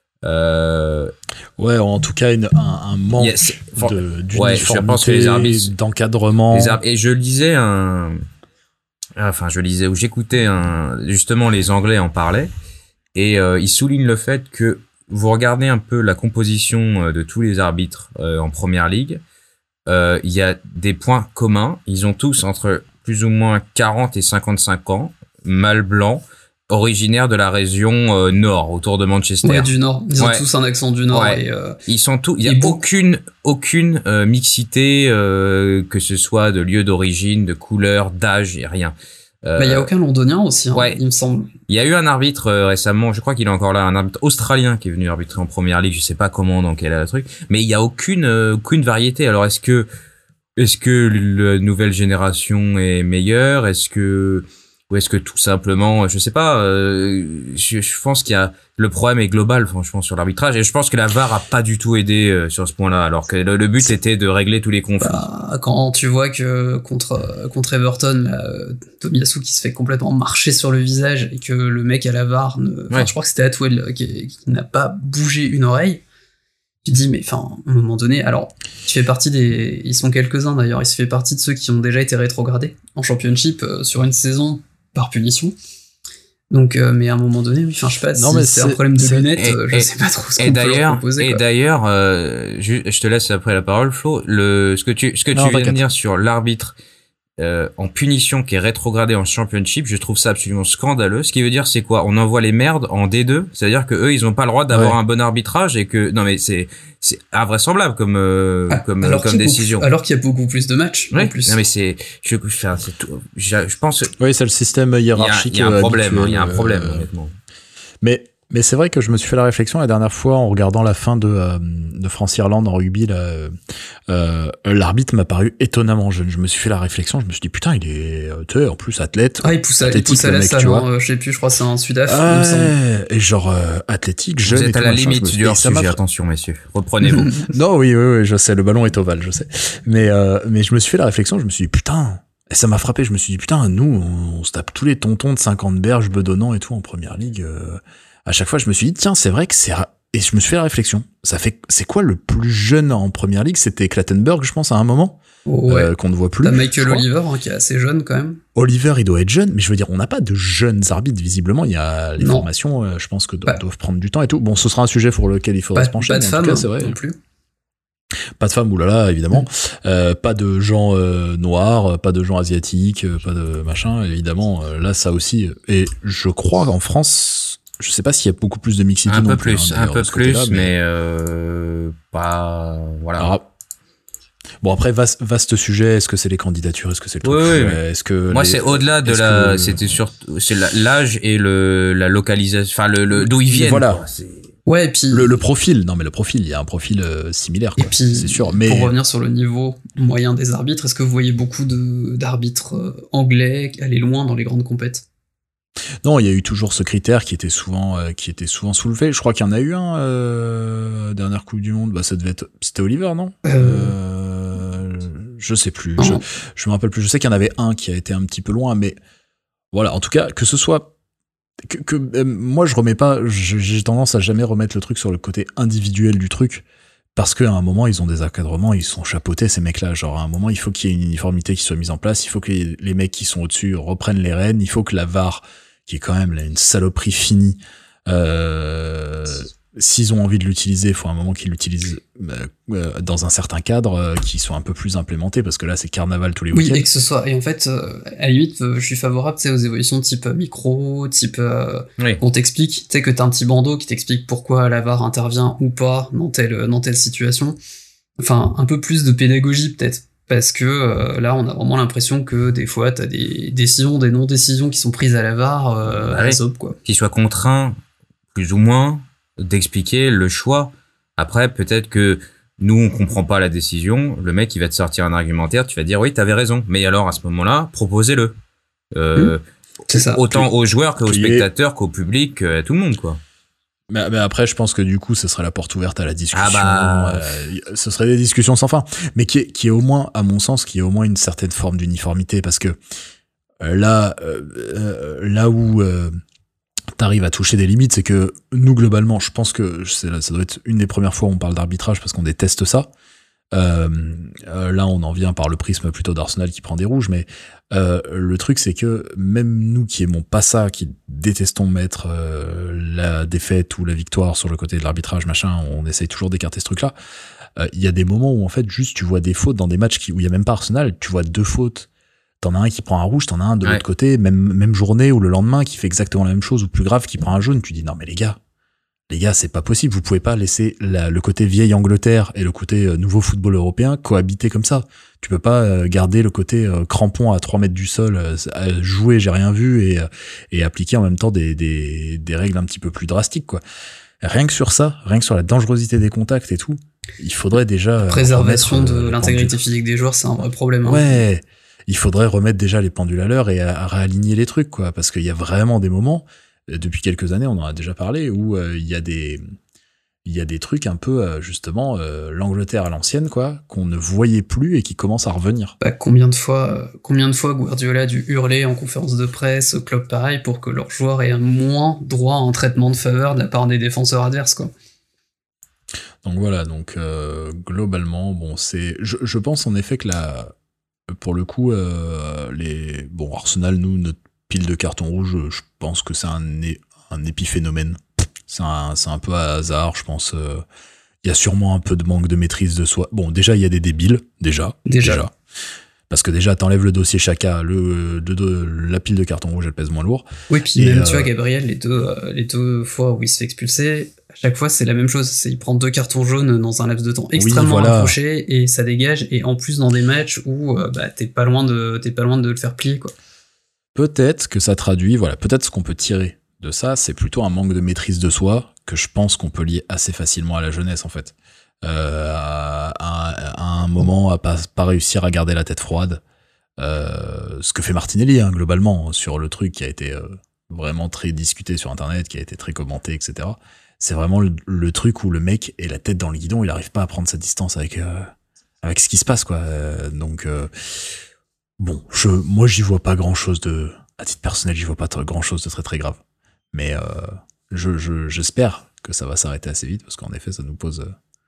Euh... Ouais, en tout cas une, un, un manque yes, de, d'uniformité, ouais, je pense que les arbitres, d'encadrement. Les arbitres, et je lisais un, enfin je lisais ou j'écoutais un, justement les Anglais en parlaient. Et euh, il souligne le fait que vous regardez un peu la composition euh, de tous les arbitres euh, en Première Ligue, euh, il y a des points communs. Ils ont tous entre plus ou moins quarante et cinquante-cinq ans, mâles blancs, originaires de la région euh, nord, autour de Manchester. Ouais, du nord. Ils ont ouais. tous un accent du nord. Ouais. Et, euh, ils sont tous. Il y a beau... aucune aucune euh, mixité, euh, que ce soit de lieu d'origine, de couleur, d'âge, et rien. Euh, bah, il y a aucun londonien aussi, hein, ouais. il me semble. Il y a eu un arbitre euh, récemment, je crois qu'il est encore là, un arbitre australien qui est venu arbitrer en Première Ligue, je sais pas comment, dans quel truc, mais il y a aucune euh, aucune variété. Alors est-ce que est-ce que la nouvelle génération est meilleure, est-ce que ou est-ce que tout simplement, je sais pas, euh, je, je pense qu'il y a le problème est global, franchement, sur l'arbitrage, et je pense que la V A R a pas du tout aidé euh, sur ce point-là, alors que le, le but c'était de régler tous les conflits. Bah, quand tu vois que contre contre Everton, là, Tomiyasu qui se fait complètement marcher sur le visage et que le mec à la V A R, ne, enfin, ouais. je crois que c'était Atwell qui, qui n'a pas bougé une oreille. Tu te dis, mais enfin, à un moment donné, alors, tu fais partie des, ils sont quelques-uns d'ailleurs, il se fait partie de ceux qui ont déjà été rétrogradés en Championship euh, sur une saison par punition. Donc, euh, mais à un moment donné, oui, enfin, je sais pas, non, si c'est, c'est un problème de lunettes, et, euh, je et, sais pas trop ce qu'on peut leur proposer. Et quoi. d'ailleurs, euh, je, je te laisse après la parole, Flo, le, ce que tu, ce que non, tu viens de dire sur l'arbitre, Euh, en punition qui est rétrogradé en Championship, je trouve ça absolument scandaleux. Ce qui veut dire, c'est quoi? On envoie les merdes en D deux, c'est-à-dire que eux, ils ont pas le droit d'avoir ouais. un bon arbitrage et que non mais c'est c'est invraisemblable comme euh, ah, comme alors comme décision. Beaucoup, alors qu'il y a beaucoup plus de matchs. Oui. En plus. Non mais c'est je enfin, c'est tout. Je, je pense. Oui, c'est le système hiérarchique. Il y a, il y a un problème. Habituel, il y a un problème euh, honnêtement. Mais Mais c'est vrai que je me suis fait la réflexion la dernière fois en regardant la fin de, euh, de France-Irlande en rugby. Là, euh, euh, l'arbitre m'a paru étonnamment jeune. Je me suis fait la réflexion, je me suis dit putain, il est, tu sais, en plus athlète. Ah, il pousse à, il pousse à la salle, hein, je sais plus, je crois que c'est un Sudaf. Ah, et genre euh, athlétique, jeune. Vous êtes et à tout la machin, limite du hors-sujet, attention messieurs, reprenez-vous. Non, oui, oui, oui, je sais, le ballon est ovale, je sais. Mais, euh, mais je me suis fait la réflexion, je me suis dit putain. Et ça m'a frappé, je me suis dit putain, nous, on, on se tape tous les tontons de cinquante berges bedonnants et tout en première ligue. Euh, à chaque fois, je me suis dit, tiens, c'est vrai que c'est... Et je me suis fait la réflexion. Ça fait, c'est quoi le plus jeune en première ligue? C'était Clattenburg, je pense, à un moment. Ouais. Euh, qu'on ne voit plus. T'as Michael Oliver, hein, qui est assez jeune, quand même. Oliver, il doit être jeune, mais je veux dire, on n'a pas de jeunes arbitres, visiblement. Il y a les non. formations, euh, je pense que doivent, doivent prendre du temps et tout. Bon, ce sera un sujet pour lequel il faudra pas, se pencher. Pas de femmes, cas, c'est vrai. non plus. Pas de femmes, oulala, évidemment. Mmh. Euh, pas de gens euh, noirs, pas de gens asiatiques, pas de machin, évidemment. Euh, là, ça aussi. Et je crois qu'en France... Je sais pas s'il y a beaucoup plus de mixité. Un peu plus, plus, hein, un peu plus, mais, mais euh, pas, voilà. Alors, bon, après, vaste, vaste sujet. Est-ce que c'est les candidatures? Est-ce que c'est le truc? Oui, oui, est-ce que moi, les... c'est au-delà de la, que... c'était surtout, c'est l'âge et le, la localisation, enfin, le, le, d'où ils viennent. Voilà. Quoi, c'est... Ouais, et puis. Le, le profil. Non, mais le profil, il y a un profil euh, similaire, quoi. Et puis, c'est sûr. Mais. Pour revenir sur le niveau moyen des arbitres, est-ce que vous voyez beaucoup de, d'arbitres euh, anglais aller loin dans les grandes compètes? Non, il y a eu toujours ce critère qui était souvent, euh, qui était souvent soulevé. Je crois qu'il y en a eu un, euh, dernière Coupe du Monde. Bah, ça devait être, c'était Oliver, non? Euh... euh je sais plus. Je, je me rappelle plus. Je sais qu'il y en avait un qui a été un petit peu loin, mais voilà. En tout cas, que ce soit, que, que euh, moi, je remets pas, je, j'ai tendance à jamais remettre le truc sur le côté individuel du truc. Parce qu'à un moment, ils ont des encadrements, ils sont chapeautés, ces mecs-là. Genre, à un moment, il faut qu'il y ait une uniformité qui soit mise en place, il faut que les, les mecs qui sont au-dessus reprennent les rênes, il faut que la V A R, qui est quand même là, une saloperie finie, euh, s'ils ont envie de l'utiliser, il faut un moment qu'ils l'utilisent euh, dans un certain cadre, euh, qui soit un peu plus implémenté, parce que là c'est carnaval tous les oui, week-ends. Oui, et que ce soit, et en fait, euh, à la limite, euh, je suis favorable, tu sais, aux évolutions type micro, type, euh, Oui. on t'explique, tu sais, que t'as un petit bandeau qui t'explique pourquoi la V A R intervient ou pas dans telle, dans telle situation. Enfin, un peu plus de pédagogie peut-être. Parce que euh, là, on a vraiment l'impression que des fois, t'as des décisions, des non-décisions qui sont prises à la V A R, euh, Ah à la oui. soap, quoi. Qu'ils soient contraints, plus ou moins, d'expliquer le choix. Après, peut-être que nous, on comprend pas la décision. Le mec, il va te sortir un argumentaire. Tu vas dire, oui, t'avais raison. Mais alors, à ce moment-là, proposez-le. Euh, mmh. C'est ça. Autant aux joueurs qu'aux Puis- spectateurs, qu'au public, à tout le monde, quoi. Mais, mais après, je pense que du coup, ce serait la porte ouverte à la discussion. Ah bah... euh, ce serait des discussions sans fin. Mais qui est, qui est au moins, à mon sens, qui est au moins une certaine forme d'uniformité, parce que euh, là, euh, euh, là où euh, t'arrives à toucher des limites, c'est que nous, globalement, je pense que c'est, ça doit être une des premières fois où on parle d'arbitrage, parce qu'on déteste ça. Euh, euh, là, on en vient par le prisme plutôt d'Arsenal qui prend des rouges, mais euh, le truc, c'est que même nous qui aimons pas ça, qui détestons mettre euh, la défaite ou la victoire sur le côté de l'arbitrage, machin, on essaye toujours d'écarter ce truc-là. Il euh, y a des moments où en fait, juste tu vois des fautes dans des matchs qui, où il y a même pas Arsenal, tu vois deux fautes. T'en as un qui prend un rouge, t'en as un de ouais. l'autre côté, même même journée ou le lendemain qui fait exactement la même chose ou plus grave, qui prend un jaune. Tu dis non mais les gars. Les gars, c'est pas possible. Vous pouvez pas laisser la, le côté vieille Angleterre et le côté euh, nouveau football européen cohabiter comme ça. Tu peux pas euh, garder le côté euh, crampon à trois mètres du sol, euh, à jouer, j'ai rien vu, et, euh, et appliquer en même temps des, des, des règles un petit peu plus drastiques, quoi. Rien que sur ça, rien que sur la dangerosité des contacts et tout, il faudrait déjà... Préservation remettre, de euh, l'intégrité pendules. physique des joueurs, c'est un vrai problème. Hein. Ouais, il faudrait remettre déjà les pendules à l'heure et à, à réaligner les trucs, quoi. Parce qu'il y a vraiment des moments, depuis quelques années, on en a déjà parlé, où euh, il y a des... il y a des trucs un peu, euh, justement, euh, l'Angleterre à l'ancienne, quoi, qu'on ne voyait plus et qui commencent à revenir. Bah, combien de fois, euh, combien de fois Guardiola a dû hurler en conférence de presse, au club pareil, pour que leurs joueurs aient un moins droit à un traitement de faveur de la part des défenseurs adverses, quoi. Donc voilà, donc euh, globalement, bon, c'est, je, je pense en effet que la, pour le coup, euh, les, bon, Arsenal, nous, notre pile de cartons rouges, je pense que c'est un, é- un épiphénomène. C'est un, c'est un peu à hasard, je pense. Il euh, y a sûrement un peu de manque de maîtrise de soi. Bon, déjà, il y a des débiles, déjà. Déjà. déjà. Parce que déjà, t'enlèves le dossier Chaka, le, de, de, la pile de carton rouge, elle pèse moins lourd. Oui, puis Et même, euh, tu vois, Gabriel, les deux, euh, les deux fois où il se fait expulser, à chaque fois, c'est la même chose. C'est, il prend deux cartons jaunes dans un laps de temps extrêmement oui, voilà. rapproché et ça dégage. Et en plus, dans des matchs où euh, bah, t'es pas loin de, t'es pas loin de le faire plier, quoi. Peut-être que ça traduit, voilà, peut-être ce qu'on peut tirer de ça, c'est plutôt un manque de maîtrise de soi que je pense qu'on peut lier assez facilement à la jeunesse, en fait. Euh, à, à, à un moment, à pas, pas réussir à garder la tête froide. Euh, ce que fait Martinelli, hein, globalement, sur le truc qui a été euh, vraiment très discuté sur Internet, qui a été très commenté, et cetera. C'est vraiment le, le truc où le mec est la tête dans le guidon, il arrive pas à prendre sa distance avec, euh, avec ce qui se passe, quoi. Euh, donc, euh, bon, je, moi, j'y vois pas grand chose de, à titre personnel, j'y vois pas grand chose de très très grave. Mais euh, je, je, j'espère que ça va s'arrêter assez vite, parce qu'en effet, ça nous pose,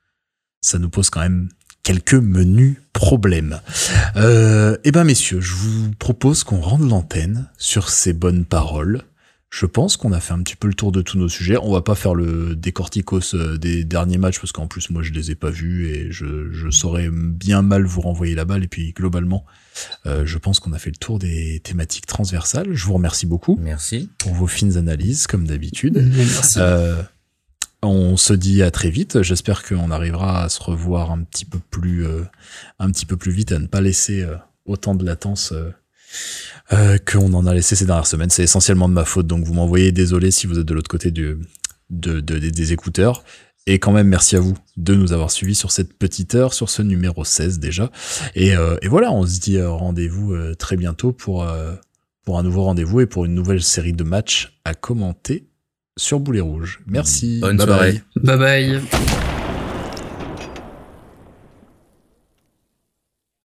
ça nous pose quand même quelques menus problèmes. Euh, eh ben, messieurs, je vous propose qu'on rende l'antenne sur ces bonnes paroles. Je pense qu'on a fait un petit peu le tour de tous nos sujets. On va pas faire le décorticos des derniers matchs, parce qu'en plus, moi, je les ai pas vus et je, je saurais bien mal vous renvoyer la balle. Et puis, globalement, euh, je pense qu'on a fait le tour des thématiques transversales. Je vous remercie beaucoup. Merci. Pour vos fines analyses, comme d'habitude. Merci. Euh, on se dit à très vite. J'espère qu'on arrivera à se revoir un petit peu plus, euh, un petit peu plus vite, à ne pas laisser euh, autant de latence euh, euh, qu'on en a laissé ces dernières semaines. C'est essentiellement de ma faute, donc vous m'envoyez désolé si vous êtes de l'autre côté du, de, de, des, des écouteurs. Et quand même, merci à vous de nous avoir suivis sur cette petite heure, sur ce numéro seize déjà. Et, euh, et voilà, on se dit euh, rendez-vous euh, très bientôt pour, euh, pour un nouveau rendez-vous et pour une nouvelle série de matchs à commenter sur Boulet Rouge. Merci. Bonne bye soirée. bye. Bye bye.